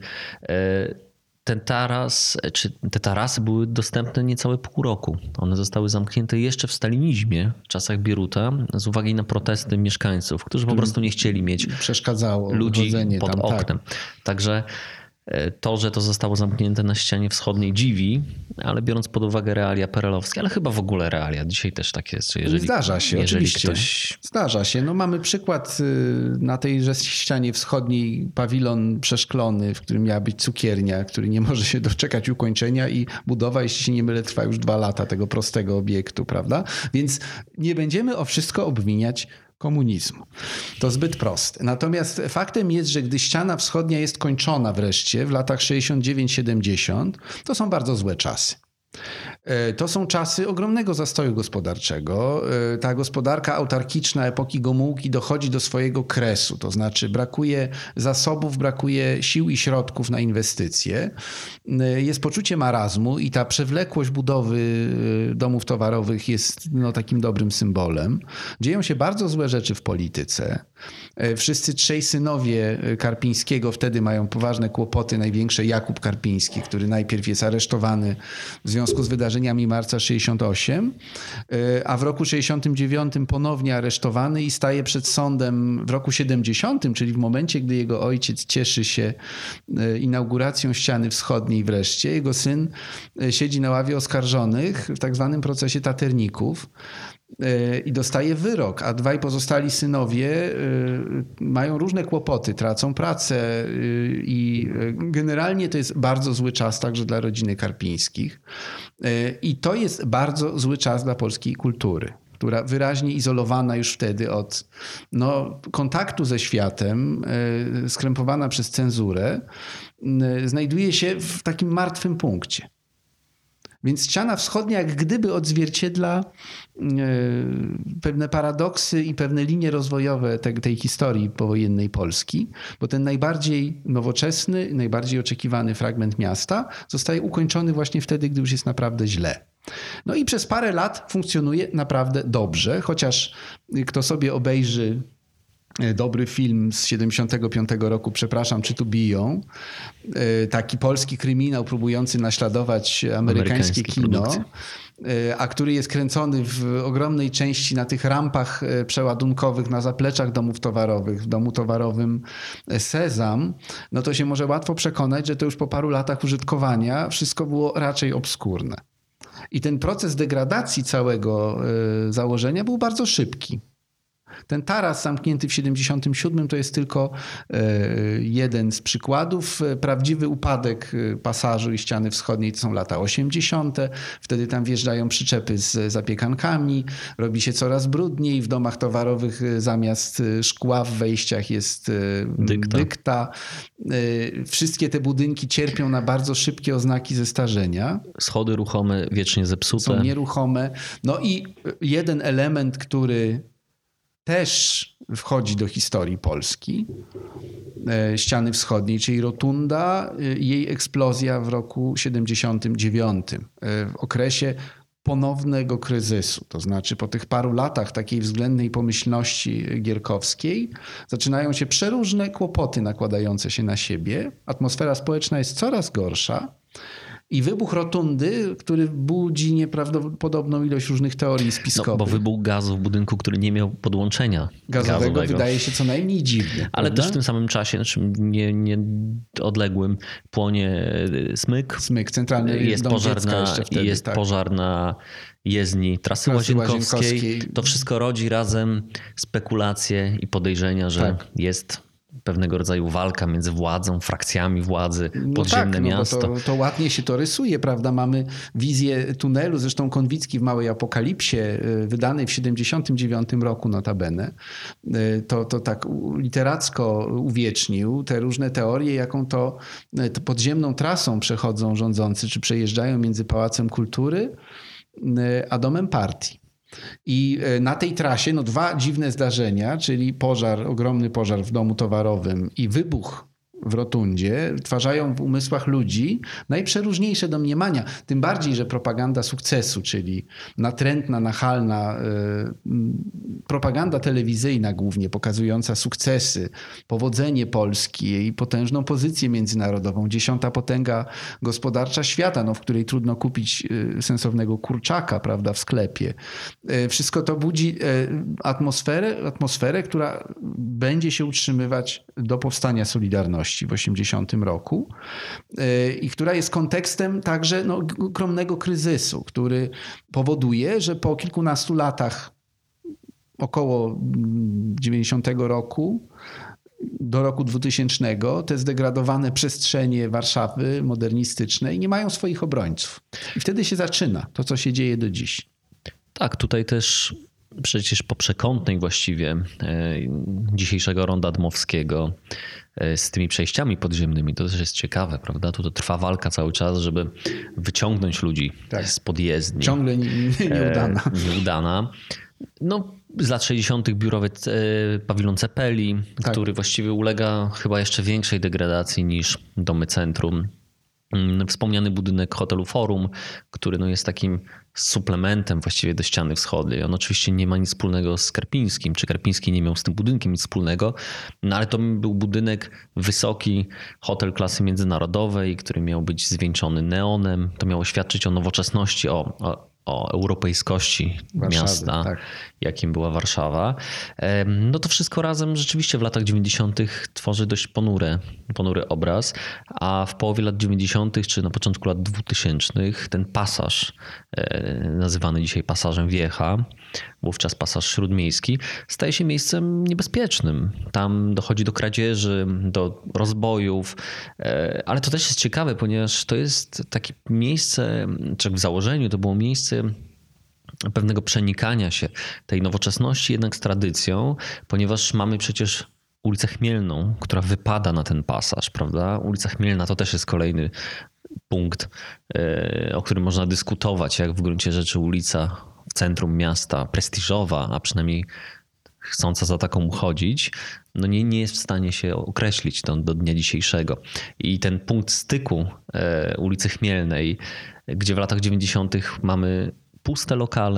Speaker 2: Te tarasy były dostępne niecałe pół roku. One zostały zamknięte jeszcze w stalinizmie, w czasach Bieruta, z uwagi na protesty mieszkańców, którzy po prostu nie chcieli mieć ludzi pod oknem. Także to, że to zostało zamknięte na ścianie wschodniej, dziwi, ale biorąc pod uwagę realia perelowskie, ale chyba w ogóle realia. Dzisiaj też tak jest.
Speaker 1: Zdarza się, oczywiście. Zdarza się. Mamy przykład na tejże ścianie wschodniej pawilon przeszklony, w którym miała być cukiernia, który nie może się doczekać ukończenia i budowa, jeśli się nie mylę, trwa już 2 lata tego prostego obiektu, prawda? Więc nie będziemy o wszystko obwiniać komunizmu. To zbyt proste. Natomiast faktem jest, że gdy ściana wschodnia jest kończona wreszcie w latach 69-70, to są bardzo złe czasy. To są czasy ogromnego zastoju gospodarczego. Ta gospodarka autarkiczna epoki Gomułki dochodzi do swojego kresu, to znaczy brakuje zasobów, brakuje sił i środków na inwestycje. Jest poczucie marazmu i ta przewlekłość budowy domów towarowych jest takim dobrym symbolem. Dzieją się bardzo złe rzeczy w polityce. Wszyscy 3 synowie Karpińskiego wtedy mają poważne kłopoty. Największe Jakub Karpiński, który najpierw jest aresztowany w związku związku z wydarzeniami marca 68, a w roku 69 ponownie aresztowany i staje przed sądem w roku 70, czyli w momencie, gdy jego ojciec cieszy się inauguracją ściany wschodniej wreszcie. Jego syn siedzi na ławie oskarżonych w tak zwanym procesie Taterników i dostaje wyrok, a dwaj pozostali synowie mają różne kłopoty, tracą pracę i generalnie to jest bardzo zły czas także dla rodziny Karpińskich. I to jest bardzo zły czas dla polskiej kultury, która wyraźnie izolowana już wtedy od kontaktu ze światem, skrępowana przez cenzurę, znajduje się w takim martwym punkcie. Więc ściana wschodnia jak gdyby odzwierciedla pewne paradoksy i pewne linie rozwojowe tej historii powojennej Polski, bo ten najbardziej nowoczesny, najbardziej oczekiwany fragment miasta zostaje ukończony właśnie wtedy, gdy już jest naprawdę źle. No i przez parę lat funkcjonuje naprawdę dobrze, chociaż kto sobie obejrzy dobry film z 75 roku, Przepraszam, czy tu biją? Taki polski kryminał próbujący naśladować amerykańskie kino, a który jest kręcony w ogromnej części na tych rampach przeładunkowych, na zapleczach domów towarowych, w domu towarowym Sezam, no to się może łatwo przekonać, że to już po paru latach użytkowania wszystko było raczej obskurne. I ten proces degradacji całego założenia był bardzo szybki. Ten taras zamknięty w 77 to jest tylko jeden z przykładów. Prawdziwy upadek Pasażu i ściany wschodniej to są lata 80. Wtedy tam wjeżdżają przyczepy z zapiekankami, robi się coraz brudniej. W domach towarowych zamiast szkła w wejściach jest dykta. Wszystkie te budynki cierpią na bardzo szybkie oznaki zestarzenia.
Speaker 2: Schody ruchome, wiecznie zepsute.
Speaker 1: Są nieruchome. No i jeden element, który też wchodzi do historii Polski, ściany wschodniej, czyli rotunda, jej eksplozja w roku 79, w okresie ponownego kryzysu. To znaczy po tych paru latach takiej względnej pomyślności gierkowskiej zaczynają się przeróżne kłopoty nakładające się na siebie. Atmosfera społeczna jest coraz gorsza. I wybuch rotundy, który budzi nieprawdopodobną ilość różnych teorii spiskowych.
Speaker 2: No, bo wybuch gazu w budynku, który nie miał podłączenia gazowego.
Speaker 1: Wydaje się co najmniej dziwny.
Speaker 2: Ale
Speaker 1: prawda?
Speaker 2: też w tym samym czasie, nie odległym, płonie Smyk.
Speaker 1: Smyk, centralny
Speaker 2: jest
Speaker 1: dom
Speaker 2: pożarna,
Speaker 1: dziecka wtedy,
Speaker 2: jest
Speaker 1: tak.
Speaker 2: pożar na jezdni Trasy Łazienkowskiej. To wszystko rodzi razem spekulacje i podejrzenia, że jest pewnego rodzaju walka między władzą, frakcjami władzy, podziemne miasto.
Speaker 1: To ładnie się to rysuje, prawda? Mamy wizję tunelu, zresztą Konwicki w Małej Apokalipsie, wydanej w 79 roku notabene, to tak literacko uwiecznił te różne teorie, jaką to podziemną trasą przechodzą rządzący, czy przejeżdżają między Pałacem Kultury a Domem Partii. I na tej trasie dwa dziwne zdarzenia, czyli ogromny pożar w domu towarowym i wybuch w rotundzie, wytwarzają w umysłach ludzi najprzeróżniejsze domniemania. Tym bardziej, że propaganda sukcesu, czyli natrętna, nachalna propaganda telewizyjna głównie pokazująca sukcesy, powodzenie Polski, jej potężną pozycję międzynarodową, 10. potęga gospodarcza świata, w której trudno kupić sensownego kurczaka, prawda, w sklepie. Wszystko to budzi atmosferę, która będzie się utrzymywać do powstania Solidarności w 80 roku i która jest kontekstem także ogromnego kryzysu, który powoduje, że po kilkunastu latach, około 90 roku, do roku 2000 te zdegradowane przestrzenie Warszawy modernistycznej nie mają swoich obrońców. I wtedy się zaczyna to, co się dzieje do dziś.
Speaker 2: Tak, tutaj też przecież po przekątnej właściwie dzisiejszego ronda Dmowskiego z tymi przejściami podziemnymi, to też jest ciekawe, prawda? Tu trwa walka cały czas, żeby wyciągnąć ludzi z podjezdni.
Speaker 1: Ciągle nieudana.
Speaker 2: Nieudana. Z lat 60. biurowy pawilon Cepeli, który właściwie ulega chyba jeszcze większej degradacji niż domy centrum. Wspomniany budynek hotelu Forum, który jest takim suplementem właściwie do ściany wschodniej. On oczywiście nie ma nic wspólnego z Karpińskim, czy Karpiński nie miał z tym budynkiem nic wspólnego, ale to był budynek wysoki, hotel klasy międzynarodowej, który miał być zwieńczony neonem. To miało świadczyć o nowoczesności, o europejskości
Speaker 1: Warszawy,
Speaker 2: miasta,
Speaker 1: tak.
Speaker 2: jakim była Warszawa. No to wszystko razem rzeczywiście w latach 90. tworzy dość ponury obraz, a w połowie lat 90. czy na początku lat 2000 ten pasaż, nazywany dzisiaj pasażem Wiecha, wówczas pasaż śródmiejski, staje się miejscem niebezpiecznym. Tam dochodzi do kradzieży, do rozbojów, ale to też jest ciekawe, ponieważ to jest takie miejsce, czy w założeniu to było miejsce pewnego przenikania się tej nowoczesności jednak z tradycją, ponieważ mamy przecież ulicę Chmielną, która wypada na ten pasaż, prawda? Ulica Chmielna to też jest kolejny punkt, o którym można dyskutować, jak w gruncie rzeczy ulica w centrum miasta, prestiżowa, a przynajmniej chcąca za taką uchodzić, nie jest w stanie się określić do dnia dzisiejszego. I ten punkt styku ulicy Chmielnej, gdzie w latach 90. mamy puste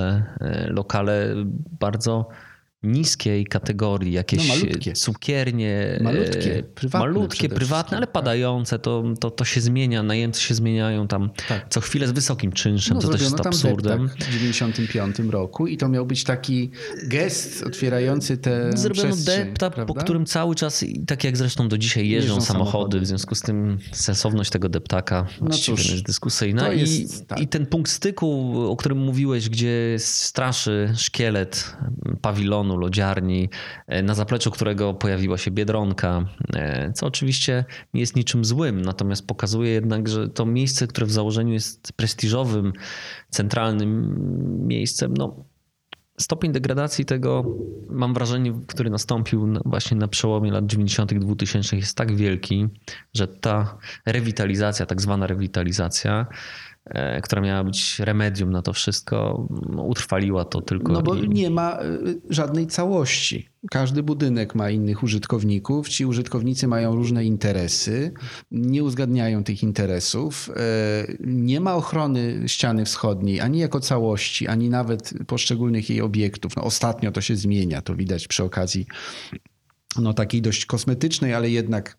Speaker 2: lokale bardzo niskiej kategorii, jakieś cukiernie, malutkie, prywatne, ale padające, to się zmienia, najemcy się zmieniają tam co chwilę z wysokim czynszem, to też jest absurdem.
Speaker 1: W 95 roku i to miał być taki gest otwierający tę
Speaker 2: Zrobiono
Speaker 1: przestrzeń,
Speaker 2: deptak,
Speaker 1: prawda?
Speaker 2: po którym cały czas, tak jak zresztą do dzisiaj jeżdżą samochody, w związku z tym sensowność tego deptaka właściwie jest dyskusyjna. I ten punkt styku, o którym mówiłeś, gdzie straszy szkielet pawilonu, lodziarni, na zapleczu którego pojawiła się Biedronka, co oczywiście nie jest niczym złym, natomiast pokazuje jednak, że to miejsce, które w założeniu jest prestiżowym, centralnym miejscem, stopień degradacji tego, mam wrażenie, który nastąpił właśnie na przełomie lat 90. 2000 jest tak wielki, że ta rewitalizacja, tak zwana rewitalizacja, która miała być remedium na to wszystko, utrwaliła to tylko.
Speaker 1: Bo nie ma żadnej całości. Każdy budynek ma innych użytkowników. Ci użytkownicy mają różne interesy, nie uzgadniają tych interesów. Nie ma ochrony ściany wschodniej, ani jako całości, ani nawet poszczególnych jej obiektów. Ostatnio to się zmienia, to widać przy okazji takiej dość kosmetycznej, ale jednak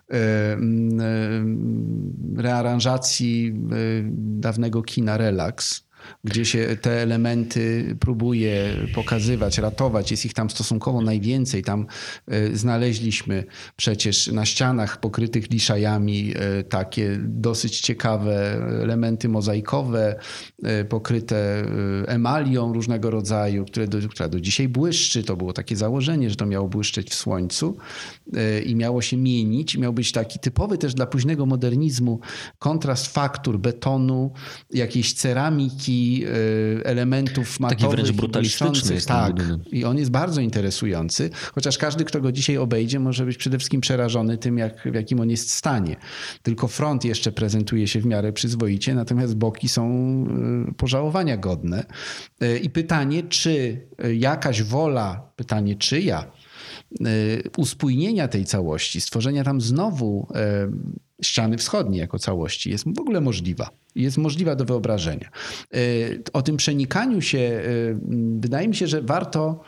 Speaker 1: rearanżacji dawnego kina Relax, gdzie się te elementy próbuje pokazywać, ratować. Jest ich tam stosunkowo najwięcej. Tam znaleźliśmy przecież na ścianach pokrytych liszajami takie dosyć ciekawe elementy mozaikowe, pokryte emalią różnego rodzaju, która do dzisiaj błyszczy. To było takie założenie, że to miało błyszczeć w słońcu i miało się mienić. Miał być taki typowy też dla późnego modernizmu kontrast faktur, betonu, jakiejś ceramiki, elementów matowych.
Speaker 2: Taki wręcz brutalistyczny jest ten budynek.
Speaker 1: I on jest bardzo interesujący, chociaż każdy, kto go dzisiaj obejdzie, może być przede wszystkim przerażony tym, w jakim on jest stanie. Tylko front jeszcze prezentuje się w miarę przyzwoicie, natomiast boki są pożałowania godne. I pytanie, czy jakaś wola, pytanie czyja, uspójnienia tej całości, stworzenia tam znowu ściany wschodniej jako całości jest w ogóle możliwa. Jest możliwa do wyobrażenia. O tym przenikaniu się wydaje mi się, że warto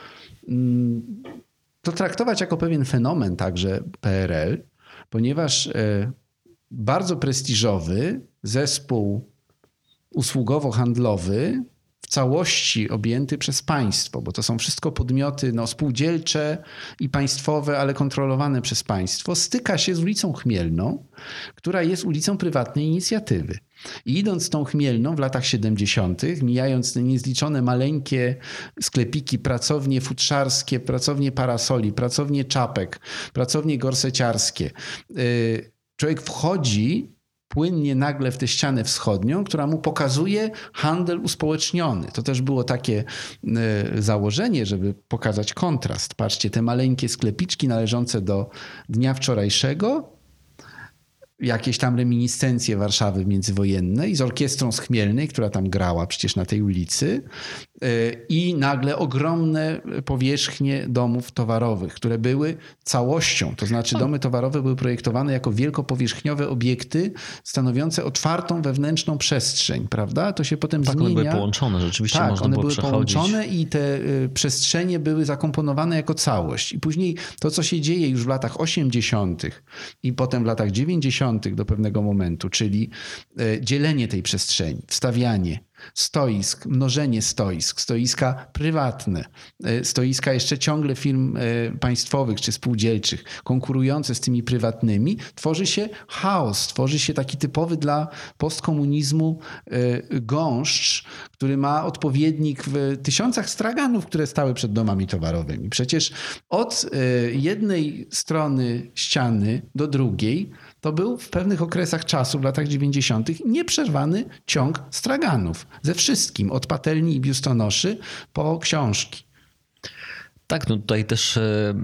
Speaker 1: to traktować jako pewien fenomen także PRL, ponieważ bardzo prestiżowy zespół usługowo-handlowy w całości objęty przez państwo, bo to są wszystko podmioty spółdzielcze i państwowe, ale kontrolowane przez państwo, styka się z ulicą Chmielną, która jest ulicą prywatnej inicjatywy. I idąc tą Chmielną w latach 70., mijając te niezliczone maleńkie sklepiki, pracownie futrzarskie, pracownie parasoli, pracownie czapek, pracownie gorseciarskie, człowiek wchodzi płynnie nagle w tę ścianę wschodnią, która mu pokazuje handel uspołeczniony. To też było takie założenie, żeby pokazać kontrast. Patrzcie, te maleńkie sklepiczki należące do dnia wczorajszego, jakieś tam reminiscencje Warszawy międzywojennej z orkiestrą z Chmielnej, która tam grała przecież na tej ulicy i nagle ogromne powierzchnie domów towarowych, które były całością. To znaczy domy towarowe były projektowane jako wielkopowierzchniowe obiekty stanowiące otwartą wewnętrzną przestrzeń, prawda? To się potem zmienia.
Speaker 2: One były połączone, rzeczywiście
Speaker 1: tak,
Speaker 2: można
Speaker 1: one
Speaker 2: było
Speaker 1: były
Speaker 2: przechodzić.
Speaker 1: połączone i te przestrzenie były zakomponowane jako całość. I później to, co się dzieje już w latach 80. i potem w latach 90. do pewnego momentu, czyli dzielenie tej przestrzeni, wstawianie stoisk, mnożenie stoisk, stoiska prywatne, stoiska jeszcze ciągle firm państwowych czy spółdzielczych, konkurujące z tymi prywatnymi, tworzy się chaos, tworzy się taki typowy dla postkomunizmu gąszcz, który ma odpowiednik w tysiącach straganów, które stały przed domami towarowymi. Przecież od jednej strony ściany do drugiej to był w pewnych okresach czasu, w latach 90. nieprzerwany ciąg straganów. Ze wszystkim, od patelni i biustonoszy po książki.
Speaker 2: Tak, no tutaj też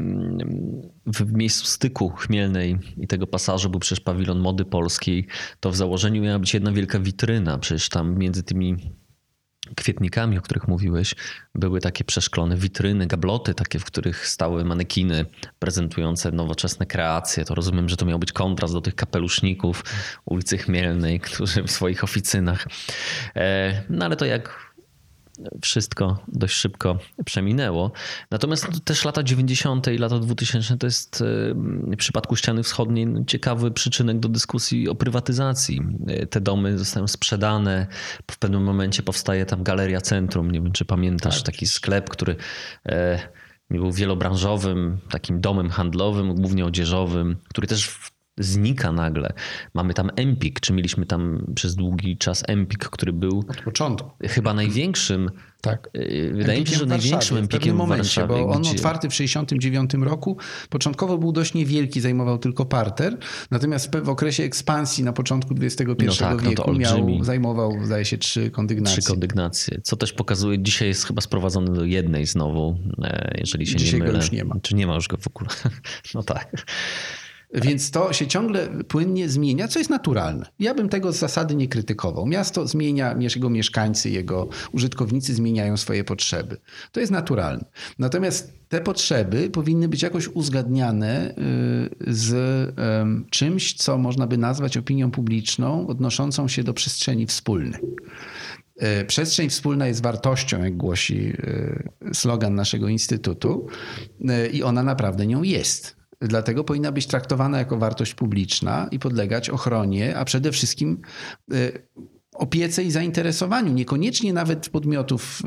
Speaker 2: w miejscu styku Chmielnej i tego pasażu był przecież pawilon mody polskiej. To w założeniu miała być jedna wielka witryna. Przecież tam między tymi kwietnikami, o których mówiłeś, były takie przeszklone witryny, gabloty takie, w których stały manekiny prezentujące nowoczesne kreacje. To rozumiem, że to miał być kontrast do tych kapeluszników ulicy Chmielnej, którzy w swoich oficynach. No ale to jak wszystko dość szybko przeminęło. Natomiast też lata 90. i lata 2000 to jest w przypadku ściany wschodniej ciekawy przyczynek do dyskusji o prywatyzacji. Te domy zostają sprzedane. W pewnym momencie powstaje tam Galeria Centrum. Nie wiem, czy pamiętasz, taki sklep, który był wielobranżowym, takim domem handlowym, głównie odzieżowym, który też znika nagle. Mamy tam Empik, czy mieliśmy tam przez długi czas Empik, który był
Speaker 1: od początku
Speaker 2: chyba największym.
Speaker 1: Tak.
Speaker 2: Wydaje mi się, że największym Empikiem w Warszawie.
Speaker 1: Bo on otwarty w 1969 roku. Początkowo był dość niewielki, zajmował tylko parter. Natomiast w okresie ekspansji na początku XXI wieku zajmował, zdaje się, 3 kondygnacje.
Speaker 2: 3 kondygnacje, co też pokazuje, dzisiaj jest chyba sprowadzony do jednej znowu, jeżeli się
Speaker 1: dzisiaj
Speaker 2: nie mylę.
Speaker 1: Go już nie ma.
Speaker 2: Czy nie ma już go w ogóle? No tak.
Speaker 1: Więc to się ciągle płynnie zmienia, co jest naturalne. Ja bym tego z zasady nie krytykował. Miasto zmienia, jego mieszkańcy, jego użytkownicy zmieniają swoje potrzeby. To jest naturalne. Natomiast te potrzeby powinny być jakoś uzgadniane z czymś, co można by nazwać opinią publiczną odnoszącą się do przestrzeni wspólnej. Przestrzeń wspólna jest wartością, jak głosi slogan naszego instytutu, i ona naprawdę nią jest. Dlatego powinna być traktowana jako wartość publiczna i podlegać ochronie, a przede wszystkim opiece i zainteresowaniu, niekoniecznie nawet podmiotów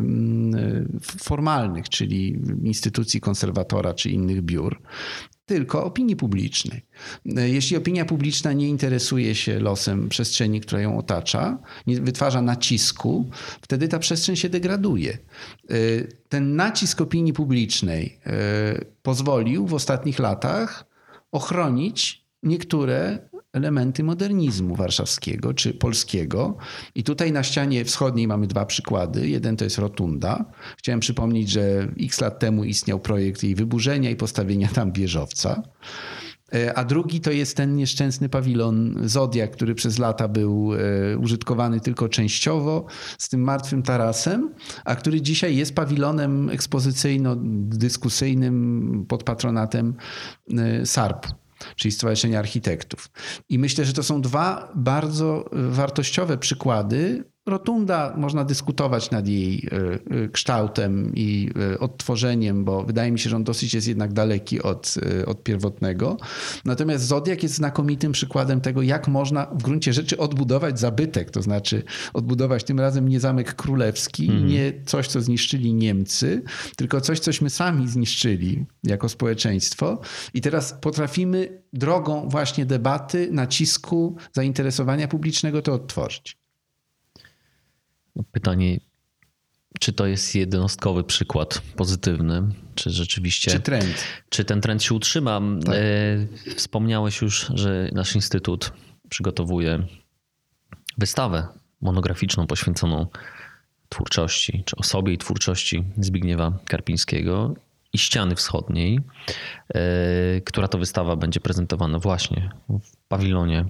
Speaker 1: formalnych, czyli instytucji konserwatora czy innych biur, tylko opinii publicznej. Jeśli opinia publiczna nie interesuje się losem przestrzeni, która ją otacza, nie wytwarza nacisku, wtedy ta przestrzeń się degraduje. Ten nacisk opinii publicznej pozwolił w ostatnich latach ochronić niektóre elementy modernizmu warszawskiego czy polskiego. I tutaj na ścianie wschodniej mamy 2 przykłady. Jeden to jest rotunda. Chciałem przypomnieć, że x lat temu istniał projekt jej wyburzenia i postawienia tam wieżowca. A drugi to jest ten nieszczęsny pawilon Zodiak, który przez lata był użytkowany tylko częściowo z tym martwym tarasem, a który dzisiaj jest pawilonem ekspozycyjno-dyskusyjnym pod patronatem SARP-u, czyli Stowarzyszenia Architektów. I myślę, że to są 2 bardzo wartościowe przykłady. Rotunda, można dyskutować nad jej kształtem i odtworzeniem, bo wydaje mi się, że on dosyć jest jednak daleki od pierwotnego. Natomiast Zodiak jest znakomitym przykładem tego, jak można w gruncie rzeczy odbudować zabytek, to znaczy odbudować tym razem nie Zamek Królewski, nie coś, co zniszczyli Niemcy, tylko coś, cośmy sami zniszczyli jako społeczeństwo. I teraz potrafimy drogą właśnie debaty, nacisku, zainteresowania publicznego to odtworzyć.
Speaker 2: Pytanie, czy to jest jednostkowy przykład pozytywny, czy rzeczywiście...
Speaker 1: Czy trend?
Speaker 2: Czy ten trend się utrzyma? Tak. Wspomniałeś już, że nasz instytut przygotowuje wystawę monograficzną poświęconą twórczości, czy osobie i twórczości Zbigniewa Karpińskiego i Ściany Wschodniej, która to wystawa będzie prezentowana właśnie w pawilonie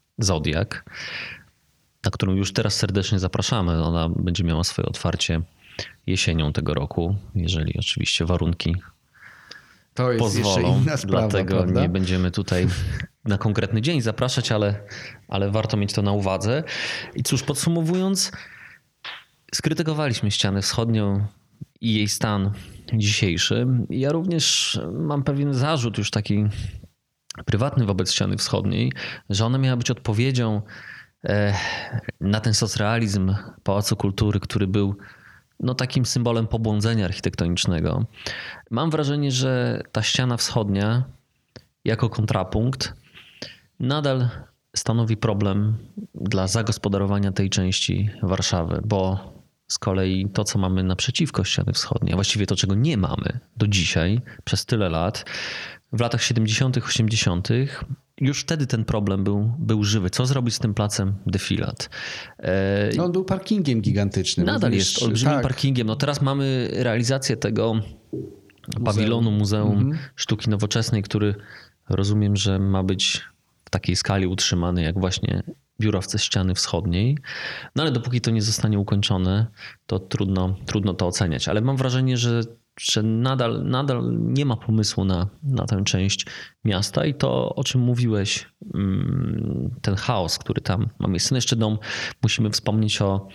Speaker 2: Zodiak, na którą już teraz serdecznie zapraszamy. Ona będzie miała swoje otwarcie jesienią tego roku, jeżeli oczywiście warunki
Speaker 1: to jest
Speaker 2: pozwolą.
Speaker 1: Inna sprawa,
Speaker 2: dlatego
Speaker 1: prawda?
Speaker 2: nie będziemy tutaj na konkretny dzień zapraszać, ale warto mieć to na uwadze. I cóż, podsumowując, skrytykowaliśmy ścianę wschodnią i jej stan dzisiejszy. Ja również mam pewien zarzut już taki prywatny wobec ściany wschodniej, że ona miała być odpowiedzią na ten socrealizm Pałacu Kultury, który był takim symbolem pobłądzenia architektonicznego. Mam wrażenie, że ta ściana wschodnia jako kontrapunkt nadal stanowi problem dla zagospodarowania tej części Warszawy, bo z kolei to, co mamy naprzeciwko ściany wschodniej, a właściwie to, czego nie mamy do dzisiaj przez tyle lat, w latach 70., 80., już wtedy ten problem był żywy. Co zrobić z tym placem Defilat?
Speaker 1: On był parkingiem gigantycznym.
Speaker 2: Nadal jest olbrzymim parkingiem. Teraz mamy realizację tego pawilonu Muzeum Sztuki Nowoczesnej, który rozumiem, że ma być w takiej skali utrzymany jak właśnie biurowce ściany wschodniej. Ale dopóki to nie zostanie ukończone, to trudno to oceniać. Ale mam wrażenie, że nadal nie ma pomysłu na tę część miasta i to, o czym mówiłeś, ten chaos, który tam ma miejsce. Jeszcze musimy wspomnieć o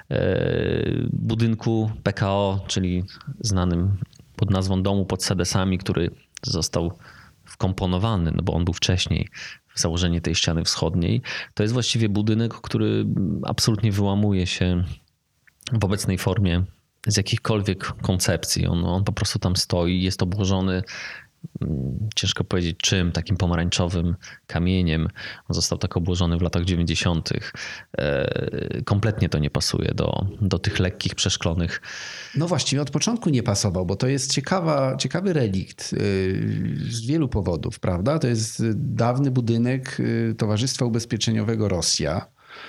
Speaker 2: budynku PKO, czyli znanym pod nazwą Domu pod Sedesami, który został wkomponowany, bo on był wcześniej w założenie tej ściany wschodniej. To jest właściwie budynek, który absolutnie wyłamuje się w obecnej formie z jakichkolwiek koncepcji. On po prostu tam stoi, jest obłożony, ciężko powiedzieć czym, takim pomarańczowym kamieniem. On został tak obłożony w latach 90. Kompletnie to nie pasuje do tych lekkich, przeszklonych.
Speaker 1: No właściwie od początku nie pasował, bo to jest ciekawy relikt z wielu powodów, prawda? To jest dawny budynek Towarzystwa Ubezpieczeniowego Rosja.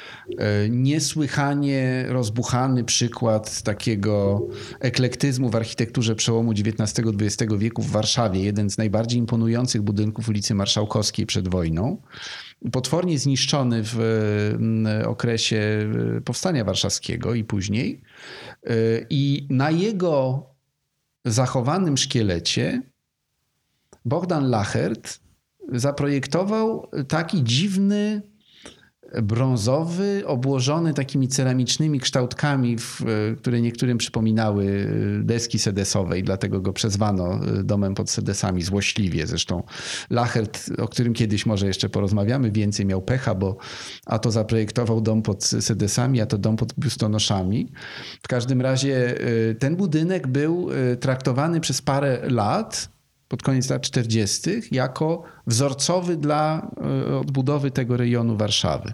Speaker 1: Niesłychanie rozbuchany przykład takiego eklektyzmu w architekturze przełomu XIX-XX wieku w Warszawie. Jeden z najbardziej imponujących budynków ulicy Marszałkowskiej przed wojną. Potwornie zniszczony w okresie Powstania Warszawskiego i później. I na jego zachowanym szkielecie Bogdan Lachert zaprojektował taki dziwny, brązowy, obłożony takimi ceramicznymi kształtkami, które niektórym przypominały deski sedesowe i dlatego go przezwano domem pod sedesami złośliwie. Zresztą Lachert, o którym kiedyś może jeszcze porozmawiamy więcej, miał pecha, bo a to zaprojektował dom pod sedesami, a to dom pod biustonoszami. W każdym razie ten budynek był traktowany przez parę lat, pod koniec lat 40. jako wzorcowy dla odbudowy tego rejonu Warszawy.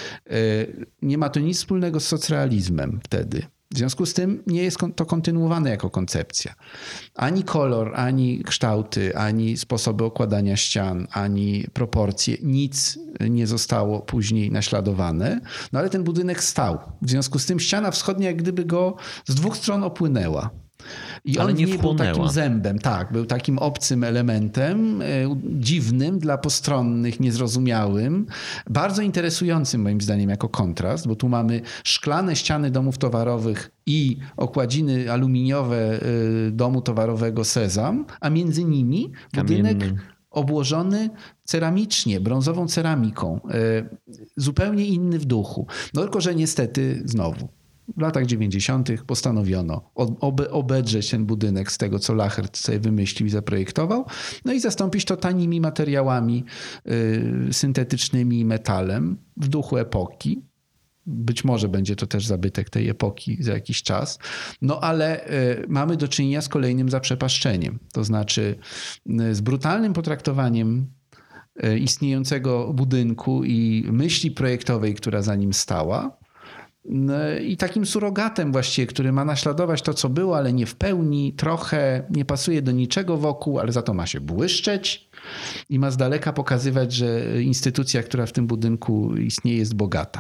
Speaker 1: Nie ma to nic wspólnego z socrealizmem wtedy. W związku z tym nie jest to kontynuowane jako koncepcja. Ani kolor, ani kształty, ani sposoby okładania ścian, ani proporcje, nic nie zostało później naśladowane. No ale ten budynek stał. W związku z tym ściana wschodnia jak gdyby go z dwóch stron opłynęła. I
Speaker 2: ale
Speaker 1: on
Speaker 2: nie
Speaker 1: był
Speaker 2: wchłonęła.
Speaker 1: takim zębem, tak, był takim obcym elementem, dziwnym dla postronnych, niezrozumiałym, bardzo interesującym moim zdaniem jako kontrast, bo tu mamy szklane ściany domów towarowych i okładziny aluminiowe domu towarowego Sezam, a między nimi budynek obłożony ceramicznie, brązową ceramiką, zupełnie inny w duchu. No tylko, że niestety znowu w latach 90. postanowiono obedrzeć ten budynek z tego, co Lachert sobie wymyślił i zaprojektował, no i zastąpić to tanimi materiałami syntetycznymi, metalem w duchu epoki. Być może będzie to też zabytek tej epoki za jakiś czas. No ale mamy do czynienia z kolejnym zaprzepaszczeniem. To znaczy z brutalnym potraktowaniem istniejącego budynku i myśli projektowej, która za nim stała, i takim surogatem właściwie, który ma naśladować to, co było, ale nie w pełni, trochę nie pasuje do niczego wokół, ale za to ma się błyszczeć i ma z daleka pokazywać, że instytucja, która w tym budynku istnieje, jest bogata.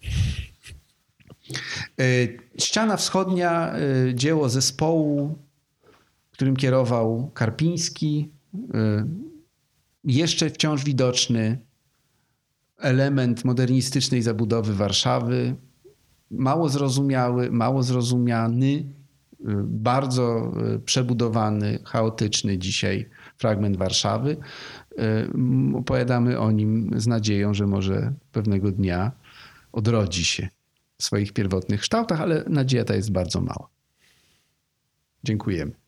Speaker 1: Ściana wschodnia, dzieło zespołu, którym kierował Karpiński, jeszcze wciąż widoczny element modernistycznej zabudowy Warszawy, mało zrozumiały, mało zrozumiany bardzo przebudowany, chaotyczny dzisiaj fragment Warszawy. Opowiadamy o nim z nadzieją, że może pewnego dnia odrodzi się w swoich pierwotnych kształtach, ale nadzieja ta jest bardzo mała. Dziękujemy.